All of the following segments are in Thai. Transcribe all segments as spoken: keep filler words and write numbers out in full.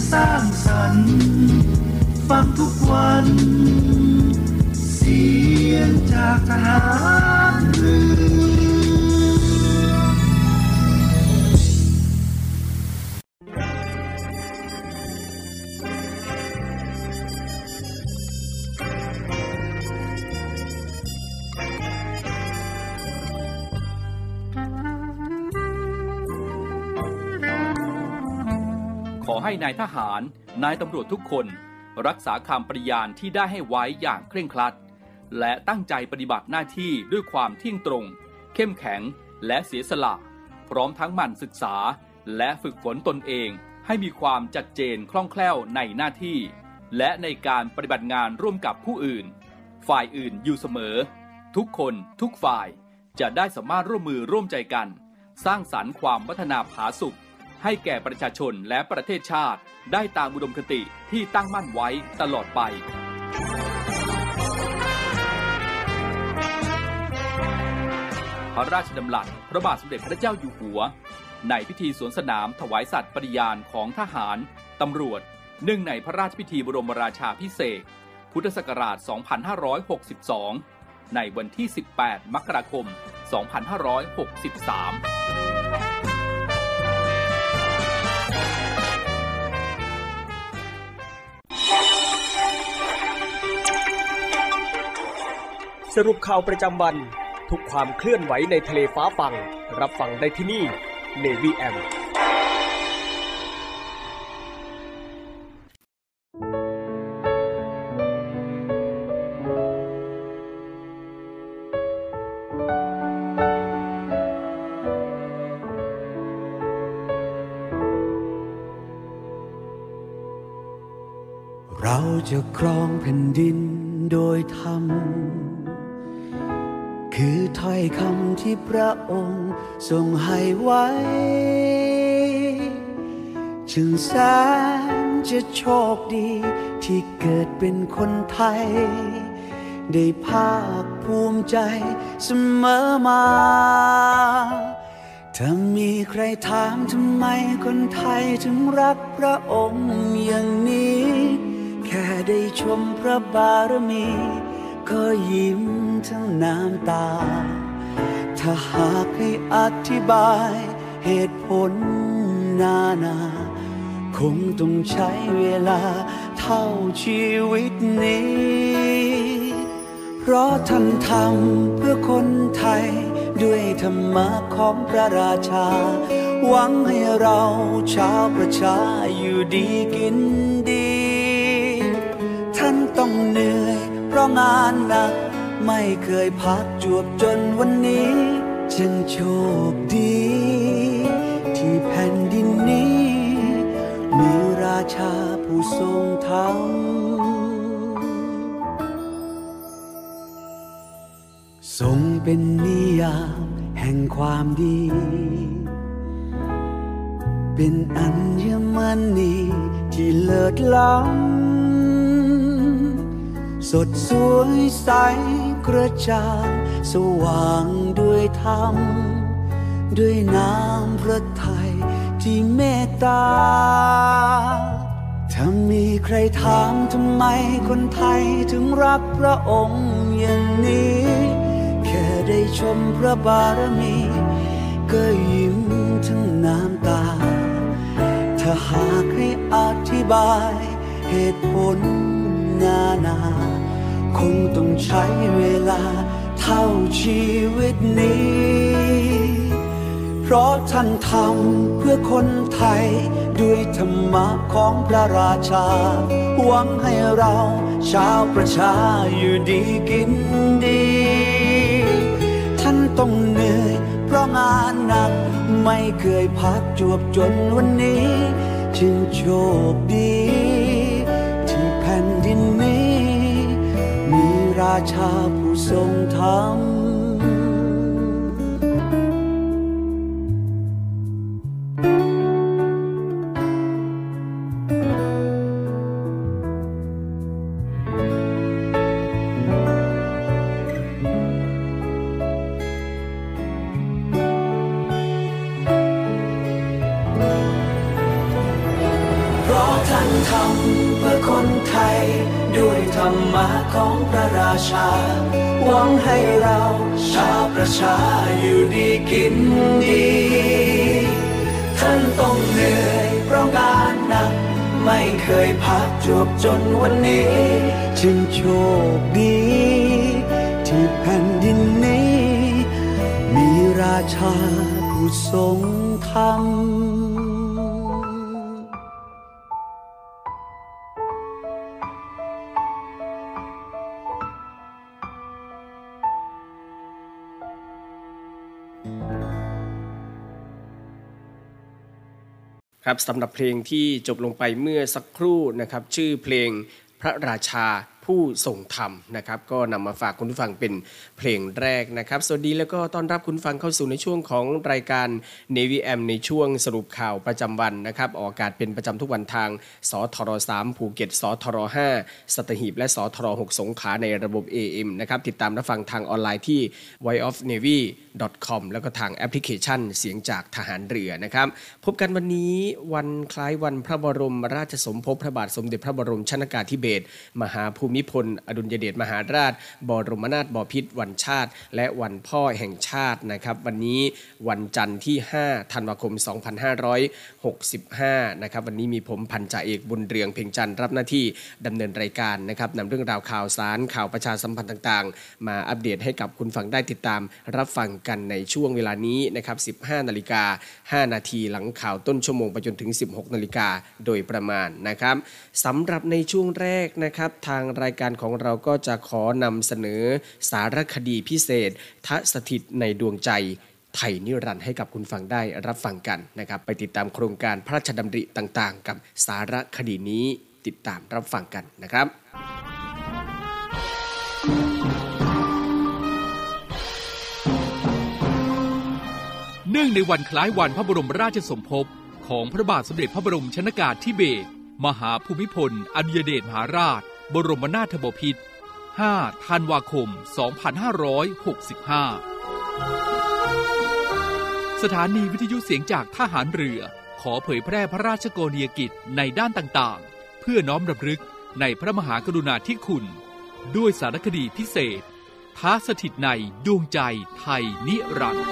สร้างสรรค์ฟังทุกวันเสียงจากทหารเรือขอให้นายทหารนายตำรวจทุกคนรักษาคำปฏิญาณที่ได้ให้ไว้อย่างเคร่งครัดและตั้งใจปฏิบัติหน้าที่ด้วยความเที่ยงตรงเข้มแข็งและเสียสละพร้อมทั้งหมั่นศึกษาและฝึกฝนตนเองให้มีความชัดเจนคล่องแคล่วในหน้าที่และในการปฏิบัติงานร่วมกับผู้อื่นฝ่ายอื่นอยู่เสมอทุกคนทุกฝ่ายจะได้สามารถร่วมมือร่วมใจกันสร้างสรรค์ความพัฒนาผาสุกให้แก่ประชาชนและประเทศชาติได้ตามอุดมคติที่ตั้งมั่นไว้ตลอดไปพระราชดำรัสพระบาทสมเด็จพระเจ้าอยู่หัวในพิธีสวนสนามถวายสัตย์ปฏิญาณของทหารตำรวจเนื่องในพระราชพิธีบรมราชาภิเษกพุทธศักราช สองพันห้าร้อยหกสิบสอง ในวันที่ สิบแปด มกราคม สองพันห้าร้อยหกสิบสามสรุปข่าวประจำวันทุกความเคลื่อนไหวในทะเลฟ้าฟังรับฟังได้ที่นี่ Navy เอ เอ็มเราจะครองแผ่นดินโดยธรรมคือถ้อยคำที่พระองค์ทรงให้ไว้จึงแสนจะโชคดีที่เกิดเป็นคนไทยได้ภาคภูมิใจเสมอมาถ้ามีใครถามทำไมคนไทยถึงรักพระองค์อย่างนี้แค่ได้ชมพระบารมีก็ยิ้มทั้งน้ำตาถ้าหากให้อธิบายเหตุผลนานาคงต้องใช้เวลาเท่าชีวิตนี้เพราะท่านทำเพื่อคนไทยด้วยธรรมะของพระราชาหวังให้เราชาวประชาอยู่ดีกินดีท่านต้องเหนื่อยเพราะงานหนักไม่เคยพักจวบจนวันนี้จึงโชคดีที่แผ่นดินนี้มีราชาผู้ทรงธรรมทรงเป็นนิยามแห่งความดีเป็นอัญมณีที่เลิศล้ำสดสวยใสกระจ่างสว่างด้วยธรรมด้วยน้ำพระทัยที่เมตตาถ้ามีใครถามทำไมคนไทยถึงรักพระองค์อย่างนี้แค่ได้ชมพระบารมีก็ยิ้มทั้งน้ำตาถ้าหากให้อธิบายเหตุผลนานาคงต้องใช้เวลาเท่าชีวิตนี้เพราะท่านทำเพื่อคนไทยด้วยธรรมะของพระราชาหวังให้เราชาวประชาอยู่ดีกินดีท่านต้องเหนื่อยเพราะงานหนักไม่เคยพักจวบจนวันนี้จึงโชคดีที่แผ่นดินนี้มีราชาผู้ทรงธรรมเพราะท่านรรมะของพระราชาหวังให้เราชาวประชาอยู่ดีกินดีท่านต้องเหนื่อยเพราะงานหนักไม่เคยพักจวบจนวันนี้จึงโชคดีที่แผ่นดินนี้มีราชาผู้ทรงธรรมครับสำหรับเพลงที่จบลงไปเมื่อสักครู่นะครับชื่อเพลงพระราชาผู้ทรงธรรมนะครับก็นำมาฝากคุณผู้ฟังเป็นเพลงแรกนะครับสวัสดีแล้วก็ต้อนรับคุณฟังเข้าสู่ในช่วงของรายการ Navy เอ เอ็ม ในช่วงสรุปข่าวประจำวันนะครับออกอากาศเป็นประจำทุกวันทางสทรสามภูเก็ตสทรห้าสัตหีบและสทรหกสงขลาในระบบ เอ เอ็ม นะครับติดตามรับฟังทางออนไลน์ที่ ไวซ์ ออฟ เนวี ดอท คอม แล้วก็ทางแอปพลิเคชันเสียงจากทหารเรือนะครับพบกันวันนี้วันคล้ายวันพระบรมราชสมภพพระบาทสมเด็จพระบรมชนกาธิเบศรมหาภูมิพลอดุลยเดชมหาราชบรมนาถบพิตรวันชาติและวันพ่อแห่งชาตินะครับวันนี้วันจันทร์ที่ห้าธันวาคมสองพันห้าร้อยหกสิบห้านะครับวันนี้มีผมพันจ่าเอกบุญเรืองเพ็งจันทร์รับหน้าที่ดำเนินรายการนะครับนำเรื่องราวข่าวสารข่าวประชาสัมพันธ์ต่างๆมาอัปเดตให้กับคุณฟังได้ติดตามรับฟังกันในช่วงเวลานี้นะครับ สิบห้านาฬิกาห้านาทีหลังข่าวต้นชั่วโมงไปจนถึง สิบหกนาฬิกาโดยประมาณนะครับสำหรับในช่วงแรกนะครับทางรายการของเราก็จะขอนำเสนอสารคดีพิเศษทสถิตในดวงใจไทยนิรันดร์ให้กับคุณฟังได้รับฟังกันนะครับไปติดตามโครงการพระราชดำริต่างๆกับสารคดีนี้ติดตามรับฟังกันนะครับเนื่องในวันคล้ายวันพระบรมราชสมภพของพระบาทสมเด็จพระบรมชนกาธิเบศรมหาภูมิพลอดุลยเดชมหาราชบรมนาถบพิตรห้าธันวาคมสองพันห้าร้อยหกสิบห้าสถานีวิทยุเสียงจากทหารเรือขอเผยแพร่พระราชกรณียกิจในด้านต่างๆเพื่อน้อมรำลึกในพระมหากรุณาธิคุณด้วยสารคดีพิเศษท้าสถิตในดวงใจไทยนิรันดร์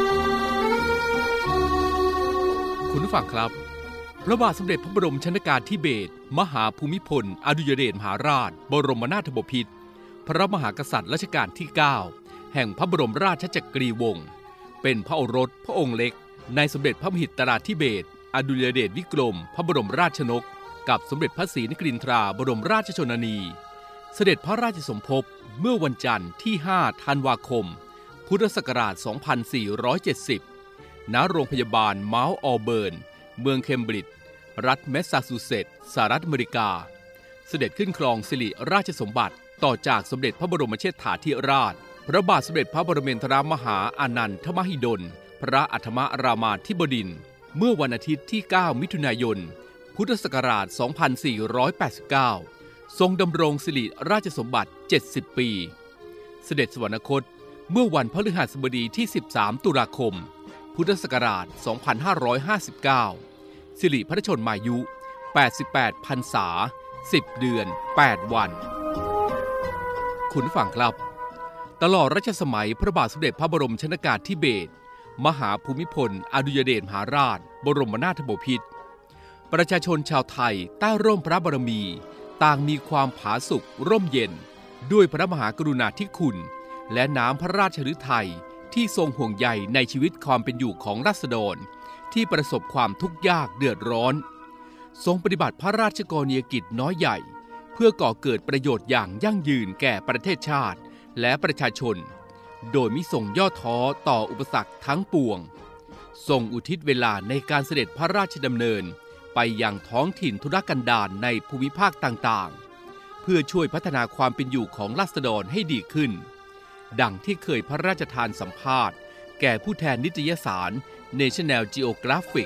คุณผู้ฟังครับพระบาทสมเด็จพระบรมชนกาธิเบศรมหาภูมิพลอดุลยเดชมหาราชบรมนาถบพิตรพระมหากษัตริย์รัชกาลที่เก้าแห่งพระบรมราชจักรีวงศ์เป็นพระโอรสพระองค์เล็กในสมเด็จพระมหิดลธิเบศรอดุลยเดชวิกรมพระบรมราชชนกกับสมเด็จพระศรีนครินทราบรมราชชนนีเสด็จพระราชสมภพเมื่อวันจันทร์ที่ห้าธันวาคมพุทธศักราชสองพันสี่ร้อยเจ็ดสิบณโรงพยาบาลเมาท์ออเบิร์นเมืองเคมบริดจ์รัฐแมสซาชูเซตส์สหรัฐอเมริกาเสด็จขึ้นครองสิริราชสมบัติต่อจากสมเด็จพระบรมเชษฐาธิราชพระบาทสมเด็จพระปรเมนทรมหาอานันทมหิดลพระอัฏฐมรามาธิบดินทร์เมื่อวันอาทิตย์ที่เก้ามิถุนายนพุทธศักราชสองพันสี่ร้อยแปดสิบเก้าทรงดำรงสิริราชสมบัติเจ็ดสิบปีเสด็จสวรรคตเมื่อวันพฤหัสบดีที่สิบสามตุลาคมพุทธศักราชสองพันห้าร้อยห้าสิบเก้าสิริพระชนมายุแปดสิบแปดพรรษาสิบเดือนแปดวันคุณผู้ฟังครับตลอดรัชสมัยพระบาทสมเด็จพระบรมชนกาธิเบศรมหาภูมิพลอดุลยเดชมหาราชบรมนาถบพิตรประชาชนชาวไทยใต้ร่มพระบารมีต่างมีความผาสุกร่มเย็นด้วยพระมหากรุณาธิคุณและน้ำพระราชฤทัยที่ทรงห่วงใยในชีวิตความเป็นอยู่ของราษฎรที่ประสบความทุกข์ยากเดือดร้อนทรงปฏิบัติพระราชกรณียกิจน้อยใหญ่เพื่อก่อเกิดประโยชน์อย่างยั่งยืนแก่ประเทศชาติและประชาชนโดยมิทรงย่อท้อต่ออุปสรรคทั้งปวงทรงอุทิศเวลาในการเสด็จพระราชดำเนินไปยังท้องถิ่นทุรกันดารในภูมิภาคต่างๆเพื่อช่วยพัฒนาความเป็นอยู่ของราษฎรให้ดีขึ้นดังที่เคยพระราชทานสัมภาษณ์แก่ผู้แทนนิตยสาร National Geographic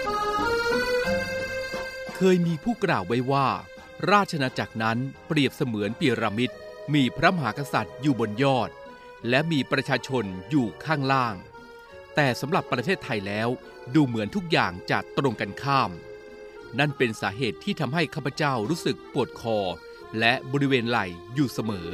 เคยมีผู้กล่าวไว้ว่าราชอาณาจักรนั้นเปรียบเสมือนพีระมิดมีพระมหากษัตริย์อยู่บนยอดและมีประชาชนอยู่ข้างล่างแต่สำหรับประเทศไทยแล้วดูเหมือนทุกอย่างจะตรงกันข้ามนั่นเป็นสาเหตุที่ทำให้ข้าพเจ้ารู้สึกปวดคอและบริเวณไหล่อยู่เสมอ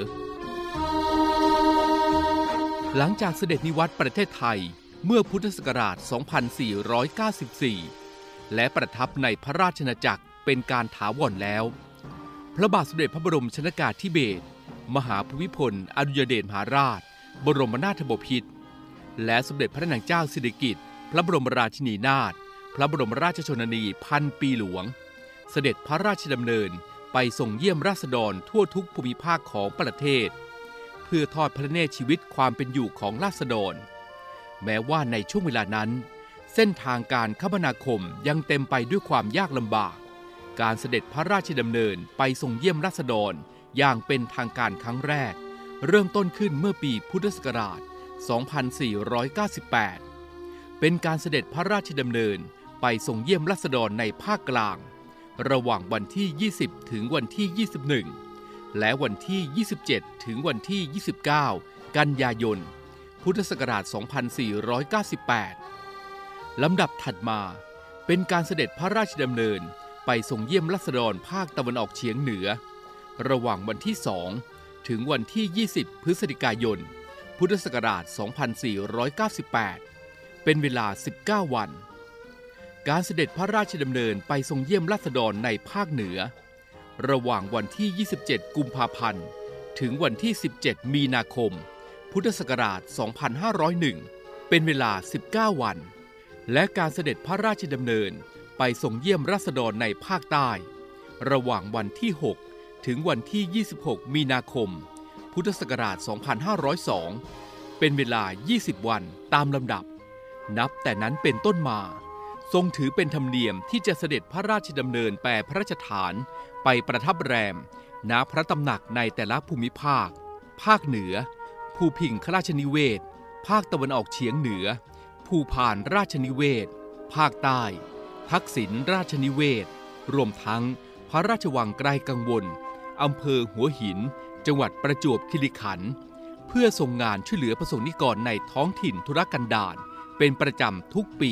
หลังจากเสด็จนิวัตรประเทศไทยเมื่อพุทธศักราช สองพันสี่ร้อยเก้าสิบสี่ และประทับในพระราชอาณาจักรเป็นการถาวรแล้วพระบาทสมเด็จพระบรมชนกาธิเบศรมหาภูมิพลอดุลยเดชมหาราชบรมนาถบพิตรและสมเด็จพระนางเจ้าสิริกิติ์พระบรมราชินีนาถพระบรมราชชนนีพันปีหลวงเสด็จพระราชดำเนินไปส่งเยี่ยมราษฎรทั่วทุกภูมิภาคของประเทศเพื่อทอดพระเนตรชีวิตความเป็นอยู่ของราษฎรแม้ว่าในช่วงเวลานั้นเส้นทางการคมนาคมยังเต็มไปด้วยความยากลำบากการเสด็จพระราชดำเนินไปส่งเยี่ยมราษฎรอย่างเป็นทางการครั้งแรกเริ่มต้นขึ้นเมื่อปีพุทธศักราช สองพันสี่ร้อยเก้าสิบแปด เป็นการเสด็จพระราชดำเนินไปส่งเยี่ยมราษฎรในภาคกลางระหว่างวันที่ ยี่สิบ ถึงวันที่ ยี่สิบเอ็ด และวันที่ ยี่สิบเจ็ด ถึงวันที่ ยี่สิบเก้า กันยายน พุทธศักราช สองพันสี่ร้อยเก้าสิบแปด ลำดับถัดมาเป็นการเสด็จพระราชดำเนินไปส่งเยี่ยมราษฎรภาคตะวันออกเฉียงเหนือระหว่างวันที่ สอง ถึงวันที่ ยี่สิบ พฤศจิกายน พุทธศักราช สองพันสี่ร้อยเก้าสิบแปด เป็นเวลา สิบเก้า วันการเสด็จพระราชดำเนินไปทรงเยี่ยมราษฎรในภาคเหนือระหว่างวันที่ ยี่สิบเจ็ด กุมภาพันธ์ ถึงวันที่ สิบเจ็ด มีนาคม พุทธศักราช สองพันห้าร้อยเอ็ด เป็นเวลา สิบเก้า วันและการเสด็จพระราชดำเนินไปทรงเยี่ยมราษฎรในภาคใต้ระหว่างวันที่ หก ถึงวันที่ ยี่สิบหก มีนาคม พุทธศักราช สองพันห้าร้อยสอง เป็นเวลา ยี่สิบ วันตามลำดับนับแต่นั้นเป็นต้นมาทรงถือเป็นธรรมเนียมที่จะเสด็จพระราชดำเนินแปรพระราชฐานไปประทับแรมณพระตำหนักในแต่ละภูมิภาคภาคเหนือภูพิงคราชนิเวศภาคตะวันออกเฉียงเหนือภูพานราชนิเวศภาคใต้ทักษิณราชนิเวศรวมทั้งพระราชวังไกลกังวลอำเภอหัวหินจังหวัดประจวบคีรีขันธ์เพื่อทรงงานช่วยเหลือประสงค์นิกรในท้องถิ่นทุรกันดารเป็นประจำทุกปี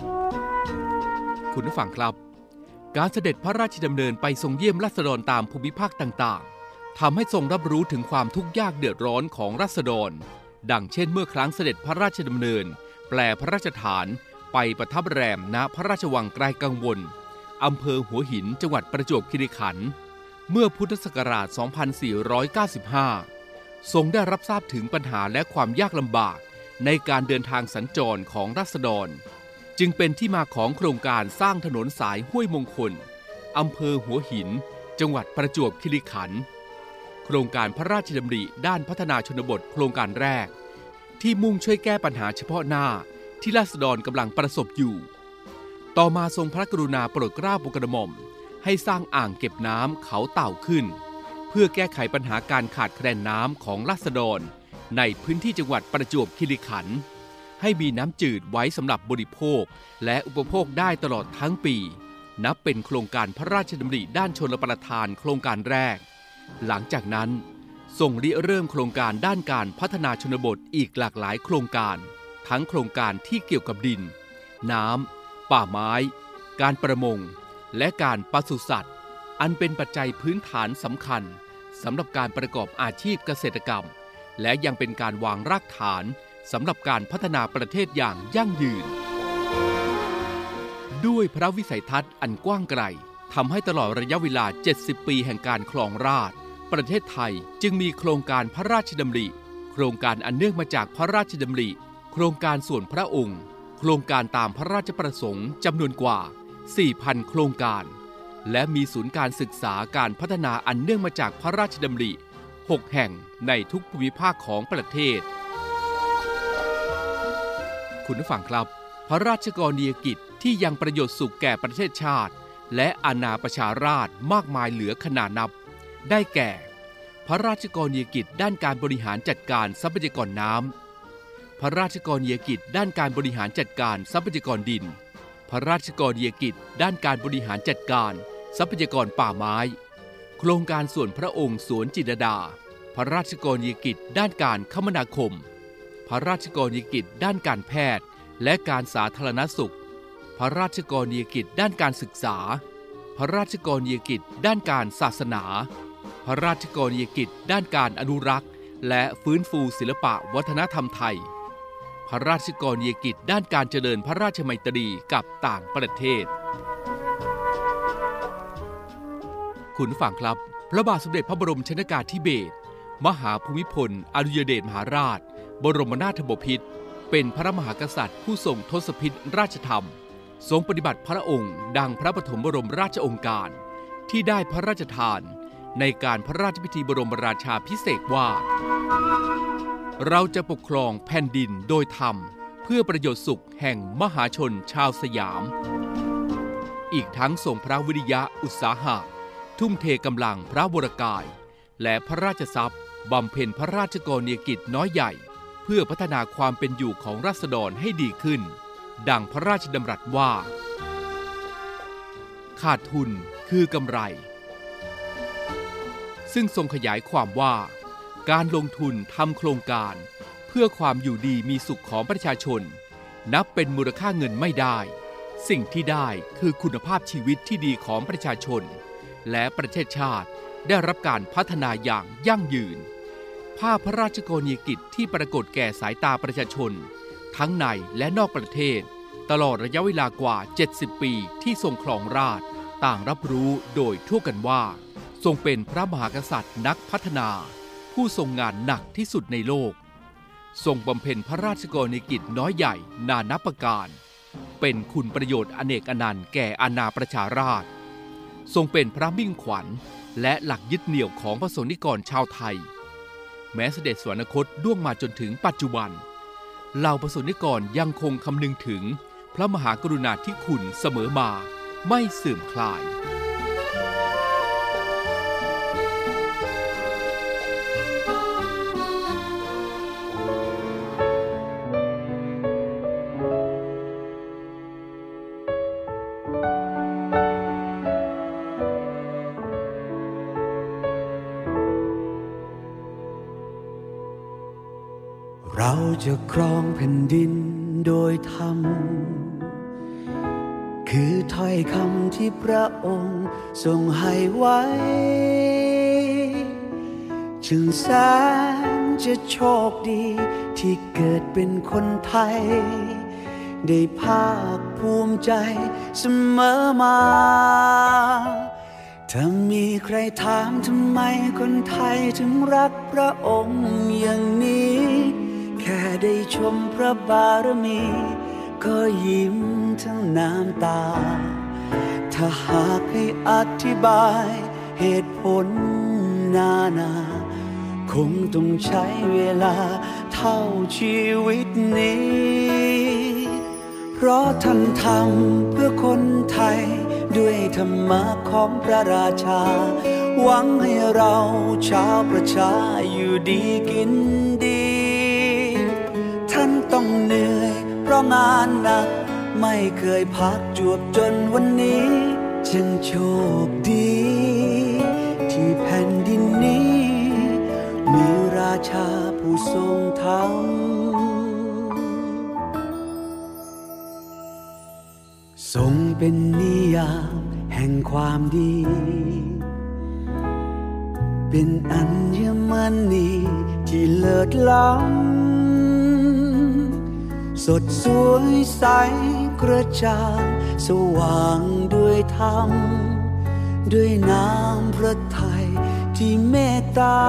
คุณผู้ฟังครับการเสด็จพระราชดำเนินไปทรงเยี่ยมราษฎรตามภูมิภาคต่างๆทำให้ทรงรับรู้ถึงความทุกข์ยากเดือดร้อนของราษฎรดังเช่นเมื่อครั้งเสด็จพระราชดำเนินแปลพระราชฐานไปประทับแรมณพระราชวังไกลกังวลอำเภอหัวหินจังหวัดประจวบคีรีขันธ์เมื่อพุทธศักราช สองพันสี่ร้อยเก้าสิบห้า ทรงได้รับทราบถึงปัญหาและความยากลำบากในการเดินทางสัญจรของราษฎรจึงเป็นที่มาของโครงการสร้างถนนสายห้วยมงคลอำเภอหัวหินจังหวัดประจวบคีรีขันธ์โครงการพระราชดำริด้านพัฒนาชนบทโครงการแรกที่มุ่งช่วยแก้ปัญหาเฉพาะหน้าที่ราษฎรกำลังประสบอยู่ต่อมาทรงพระกรุณาโปรดเกล้าโปรดกระหม่อมให้สร้างอ่างเก็บน้ำเขาเต่าขึ้นเพื่อแก้ไขปัญหาการขาดแคลนน้ำของราษฎรในพื้นที่จังหวัดประจวบคีรีขันธ์ให้มีน้ำจืดไว้สำหรับบริโภคและอุปโภคได้ตลอดทั้งปีนับเป็นโครงการพระราชดำริด้านชลประทานโครงการแรกหลังจากนั้นทรงริเริ่มโครงการด้านการพัฒนาชนบทอีกหลากหลายโครงการทั้งโครงการที่เกี่ยวกับดินน้ำป่าไม้การประมงและการปศุสัตว์อันเป็นปัจจัยพื้นฐานสำคัญสำหรับการประกอบอาชีพเกษตรกรรมและยังเป็นการวางรากฐานสำหรับการพัฒนาประเทศอย่างยั่งยืนด้วยพระวิสัยทัศน์อันกว้างไกลทำให้ตลอดระยะเวลาเจ็ดสิบปีแห่งการครองราชย์ประเทศไทยจึงมีโครงการพระราชดำริโครงการอันเนื่องมาจากพระราชดำริโครงการส่วนพระองค์โครงการตามพระราชประสงค์จำนวนกว่า สี่พัน โครงการและมีศูนย์การศึกษาการพัฒนาอันเนื่องมาจากพระราชดำริหกแห่งในทุกภูมิภาคของประเทศคุณผู้ฟังครับพระราชกรณียกิจที่ยังประโยชน์สุขแก่ประเทศชาติและอาณาประชาราษฎร์มากมายเหลือขนานับได้แก่พระราชกรณียกิจด้านการบริหารจัดการทรัพยากรน้ำพระราชกรณียกิจด้านการบริหารจัดการทรัพยากรดินพระราชกรณียกิจด้านการบริหารจัดการทรัพยากรป่าไม้โครงการส่วนพระองค์สวนจิตรลดาพระราชกรณียกิจด้านการคมนาคมพระราชกรณียกิจด้านการแพทย์และการสาธารณสุขพระราชกรณียกิจด้านการศึกษาพระราชกรณียกิจด้านการศาสนาพระราชกรณียกิจด้านการอนุรักษ์และฟื้นฟูศิลปะวัฒนธรรมไทยพระราชกรณียกิจด้านการเจริญพระราชไมตรีกับต่างประเทศคุณผู้ฟังครับพระบาทสมเด็จพระบรมชนกาธิเบศรมหาภูมิพลอดุลยเดชมหาราชบรมนาถบพิตรเป็นพระมหากษัตริย์ผู้ทรงทศพิธราชธรรมทรงปฏิบัติพระองค์ดังพระปฐมบรมราชโองการที่ได้พระราชทานในการพระราชพิธีบรมราชาภิเษกว่าเราจะปกครองแผ่นดินโดยธรรมเพื่อประโยชน์สุขแห่งมหาชนชาวสยามอีกทั้งทรงพระวิริยะอุตสาหะทุ่มเทกำลังพระวรกายและพระราชทรัพย์บำเพ็ญพระราชกรณียกิจน้อยใหญ่เพื่อพัฒนาความเป็นอยู่ของราษฎรให้ดีขึ้นดังพระราชดำรัสว่าขาดทุนคือกำไรซึ่งทรงขยายความว่าการลงทุนทำโครงการเพื่อความอยู่ดีมีสุขของประชาชนนับเป็นมูลค่าเงินไม่ได้สิ่งที่ได้คือคุณภาพชีวิตที่ดีของประชาชนและประเทศชาติได้รับการพัฒนาอย่างยั่งยืนภาพพระราชกรณียกิจที่ปรากฏแก่สายตาประชาชนทั้งในและนอกประเทศตลอดระยะเวลากว่าเจ็ดสิบปีที่ทรงครองราชย์ต่างรับรู้โดยทั่วกันว่าทรงเป็นพระมหากษัตริย์นักพัฒนาผู้ทรงงานหนักที่สุดในโลกทรงบำเพ็ญพระราชกรณียกิจน้อยใหญ่นานับประการเป็นคุณประโยชน์อเนกอนันต์แก่อาณาประชาราษฎร์ทรงเป็นพระมิ่งขวัญและหลักยึดเหนี่ยวของพระสงฆ์นิกรชาวไทยแม้เสด็จสวรรคตล่วงมาจนถึงปัจจุบันเหล่าพระสงฆ์นิกรยังคงคำนึงถึงพระมหากรุณาธิคุณเสมอมาไม่เสื่อมคลายเราจะครองแผ่นดินโดยธรรมคือถ้อยคำที่พระองค์ทรงให้ไว้จึงแสนจะโชคดีที่เกิดเป็นคนไทยได้ภาคภูมิใจเสมอมาถ้ามีใครถามทำไมคนไทยถึงรักพระองค์อย่างนี้แค่ได้ชมพระบารมีก็ยิ้มทั้งน้ำตาถ้าหากให้อธิบายเหตุผลนานาคงต้องใช้เวลาเท่าชีวิตนี้เพราะท่านทำเพื่อคนไทยด้วยธรรมะของพระราชาหวังให้เราชาวประชาอยู่ดีกินดีท่านต้องเหนื่อยเพราะงานหนักไม่เคยพักจวบจนวันนี้จึงโชคดีที่แผ่นดินนี้มีราชาผู้ทรงธรรมทรงเป็นนิยามแห่งความดีเป็นอัญมณีที่เลิศล้ำสดสวยใสกระจ่างสว่างด้วยธรรมด้วยน้ำพระทัยที่เมตตา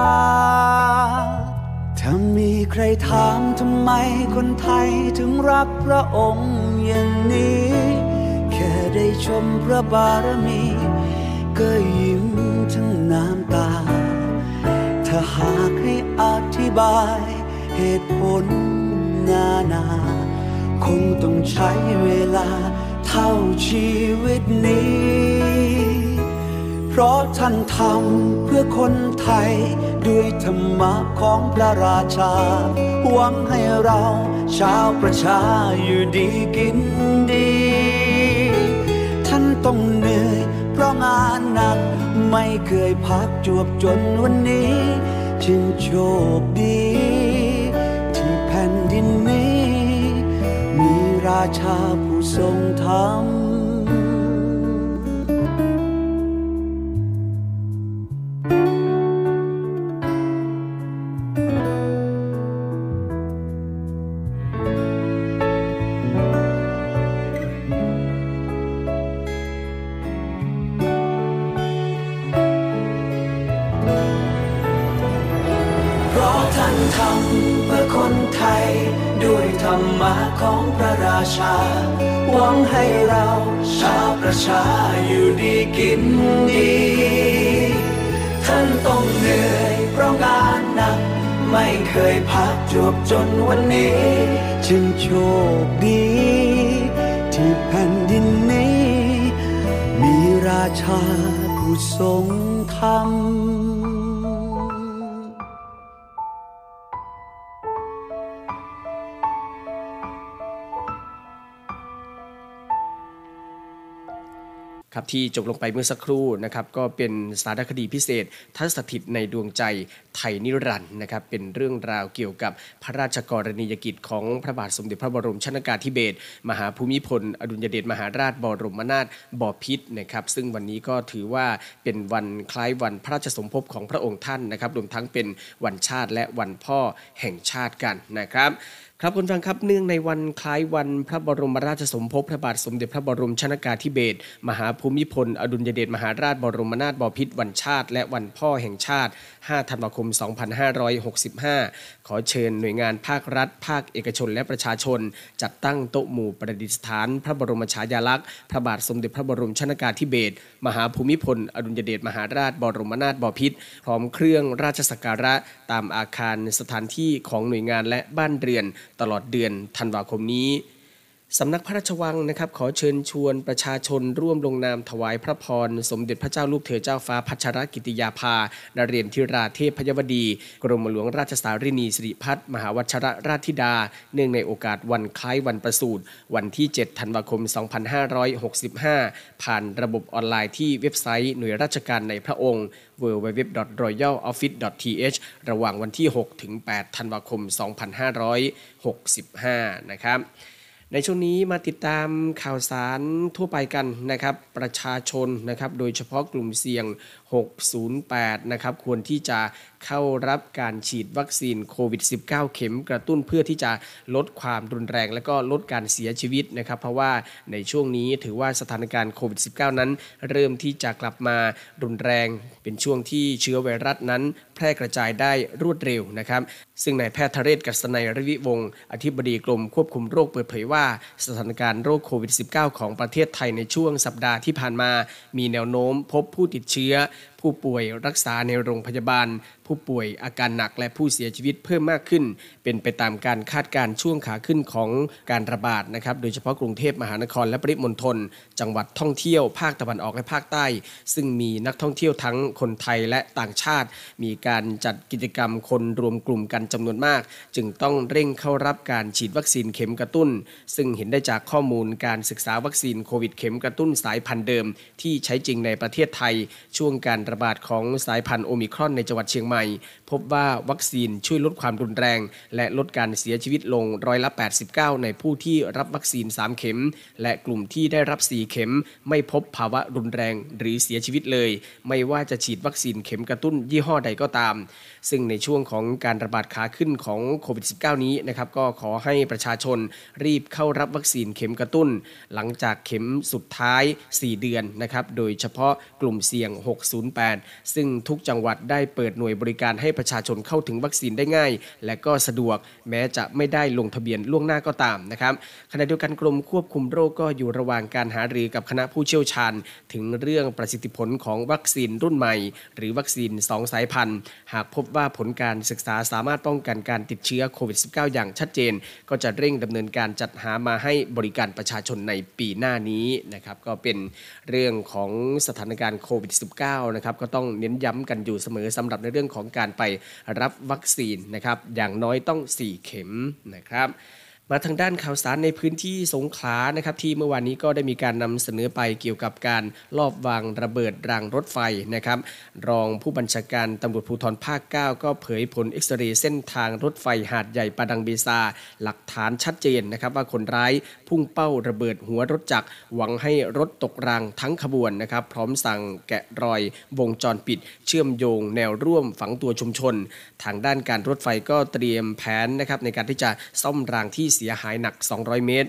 ถ้ามีใครถามทำไมคนไทยถึงรักพระองค์อย่างนี้แค่ได้ชมพระบารมีก็ยิ้มทั้งน้ำตาถ้าหากให้อธิบายเหตุผลนานาคงต้องใช้เวลาเท่าชีวิตนี้เพราะท่านทำเพื่อคนไทยด้วยธรรมะของพระราชาหวังให้เราชาวประชาอยู่ดีกินดีท่านต้องเหนื่อยเพราะงานหนักไม่เคยพักจวบจนวันนี้จึงโชคดีที่แผ่นดินนี้มีราชาผู้ทรงธรรมท่านทำเพื่อคนไทยด้วยธรรมะของพระราชาหวังให้เราชาวประชาอยู่ดีกินดีท่านต้องเหนื่อยเพราะงานหนักไม่เคยพักจวบจนวันนี้จึงโชคดีที่แผ่นดินนี้มีราชาผู้ทรงธรรมครับที่จบลงไปเมื่อสักครู่นะครับก็เป็นสารคดีพิเศษท่านสถิตในดวงใจไทยนิรันดร์นะครับเป็นเรื่องราวเกี่ยวกับพระราชกรณียกิจของพระบาทสมเด็จพระบรมชนกาธิเบศรมหาภูมิพลอดุลยเดชมหาราชบรมนาถบพิตรนะครับซึ่งวันนี้ก็ถือว่าเป็นวันคล้ายวันพระราชสมภพของพระองค์ท่านนะครับรวมทั้งเป็นวันชาติและวันพ่อแห่งชาติกันนะครับครับคุณฟังครับเนื่องในวันคล้ายวันพระบรมราชสมภพพระบาทสมเด็จพระบรมชนกาธิเบศรมหาภูมิพลอดุลยเดชมหาราชบรมนาถบพิตรวันชาติและวันพ่อแห่งชาติห้าธันวาคมสองพันห้าร้อยหกสิบห้าขอเชิญหน่วยงานภาครัฐภาคเอกชนและประชาชนจัดตั้งโต๊ะหมู่ประดิษฐานพระบรมฉายาลักษณ์พระบาทสมเด็จพระบรมชนกาธิเบศรมหาภูมิพลอดุลยเดชมหาราชบรมนาถบพิตรพร้อมเครื่องราชสักการะตามอาคารสถานที่ของหน่วยงานและบ้านเรือนตลอดเดือนธันวาคมนี้สำนักพระราชวังนะครับขอเชิญชวนประชาชนร่วมลงนามถวายพระพรสมเด็จพระเจ้าลูกเธอเจ้าฟ้าพัชรกิติยาภานเรศธิราเทพพยวดีกรมหลวงราชสารินีสิริพัฒน์มหาวชิรราชธิดาเนื่องในโอกาสวันคล้ายวันประสูติวันที่เจ็ดธันวาคมสองพันห้าร้อยหกสิบห้าผ่านระบบออนไลน์ที่เว็บไซต์หน่วยราชการในพระองค์ ดับเบิลยู ดับเบิลยู ดับเบิลยู ดอท รอยัล ออฟฟิศ ดอท ที เอช ระหว่างวันที่หกถึงแปดธันวาคมสองพันห้าร้อยหกสิบห้านะครับในช่วงนี้มาติดตามข่าวสารทั่วไปกันนะครับประชาชนนะครับโดยเฉพาะกลุ่มเสี่ยงหกศูนย์แปดนะครับควรที่จะเข้ารับการฉีดวัคซีนโควิด สิบเก้า เข็มกระตุ้นเพื่อที่จะลดความรุนแรงและก็ลดการเสียชีวิตนะครับเพราะว่าในช่วงนี้ถือว่าสถานการณ์โควิด สิบเก้า นั้นเริ่มที่จะกลับมารุนแรงเป็นช่วงที่เชื้อไวรัสนั้นแพร่กระจายได้รวดเร็วนะครับซึ่งนายแพทย์ธเรศ กัสนัย ฤวิวงศ์อธิบดีกรมควบคุมโรคเปิดเผยว่าสถานการณ์โรคโควิด สิบเก้า ของประเทศไทยในช่วงสัปดาห์ที่ผ่านมามีแนวโน้มพบผู้ติดเชื้อผู้ป่วยรักษาในโรงพยาบาลผู้ป่วยอาการหนักและผู้เสียชีวิตเพิ่มมากขึ้นเป็นไปตามการคาดการณ์ช่วงขาขึ้นของการระบาดนะครับโดยเฉพาะกรุงเทพมหานครและปริมณฑลจังหวัดท่องเที่ยวภาคตะวันออกและภาคใต้ซึ่งมีนักท่องเที่ยวทั้งคนไทยและต่างชาติมีการจัดกิจกรรมคนรวมกลุ่มกันจำนวนมากจึงต้องเร่งเข้ารับการฉีดวัคซีนเข็มกระตุ้นซึ่งเห็นได้จากข้อมูลการศึกษาวัคซีนโควิดเข็มกระตุ้นสายพันธุ์เดิมที่ใช้จริงในประเทศไทยช่วงการระบาดของสายพันธุ์โอมิครอนในจังหวัดเชียงใหม่พบว่าวัคซีนช่วยลดความรุนแรงและลดการเสียชีวิตลงร้อยละแปดสิบเก้าในผู้ที่รับวัคซีนสามเข็มและกลุ่มที่ได้รับสี่เข็มไม่พบภาวะรุนแรงหรือเสียชีวิตเลยไม่ว่าจะฉีดวัคซีนเข็มกระตุ้นยี่ห้อใดก็ตามซึ่งในช่วงของการระบาดขาขึ้นของโควิด สิบเก้า นี้นะครับก็ขอให้ประชาชนรีบเข้ารับวัคซีนเข็มกระตุ้นหลังจากเข็มสุดท้ายสี่เดือนนะครับโดยเฉพาะกลุ่มเสี่ยงหกศูนย์แปดซึ่งทุกจังหวัดได้เปิดหน่วยบริการให้ประชาชนเข้าถึงวัคซีนได้ง่ายและก็สะดวกแม้จะไม่ได้ลงทะเบียนล่วงหน้าก็ตามนะครับขณะเดียวกันกรมควบคุมโรคก็อยู่ระหว่างการหารือกับคณะผู้เชี่ยวชาญถึงเรื่องประสิทธิผลของวัคซีนรุ่นใหม่หรือวัคซีนสองสายพันธุ์หากพบว่าผลการศึกษาสามารถป้องกันการติดเชื้อโควิด สิบเก้า อย่างชัดเจนก็จะเร่งดำเนินการจัดหามาให้บริการประชาชนในปีหน้านี้นะครับก็เป็นเรื่องของสถานการณ์โควิด สิบเก้า นะครับก็ต้องเน้นย้ำกันอยู่เสมอสำหรับในเรื่องของการไปรับวัคซีนนะครับอย่างน้อยต้องสี่เข็มนะครับมาทางด้านข่าวสารในพื้นที่สงขลานะครับที่เมื่อวานนี้ก็ได้มีการนำเสนอไปเกี่ยวกับการลอบวางระเบิดรางรถไฟนะครับรองผู้บัญชาการตำรวจภูธรภาคเก้าก็เผยผลเอ็กซเรย์เส้นทางรถไฟหาดใหญ่ปาดังเบซาหลักฐานชัดเจนนะครับว่าคนร้ายพุ่งเป้าระเบิดหัวรถจักรหวังให้รถตกรางทั้งขบวนนะครับพร้อมสั่งแกะรอยวงจรปิดเชื่อมโยงแนวร่วมฝังตัวชุมชนทางด้านการรถไฟก็เตรียมแผนนะครับในการที่จะซ่อมรางที่เสียหายหนักสองร้อยเมตร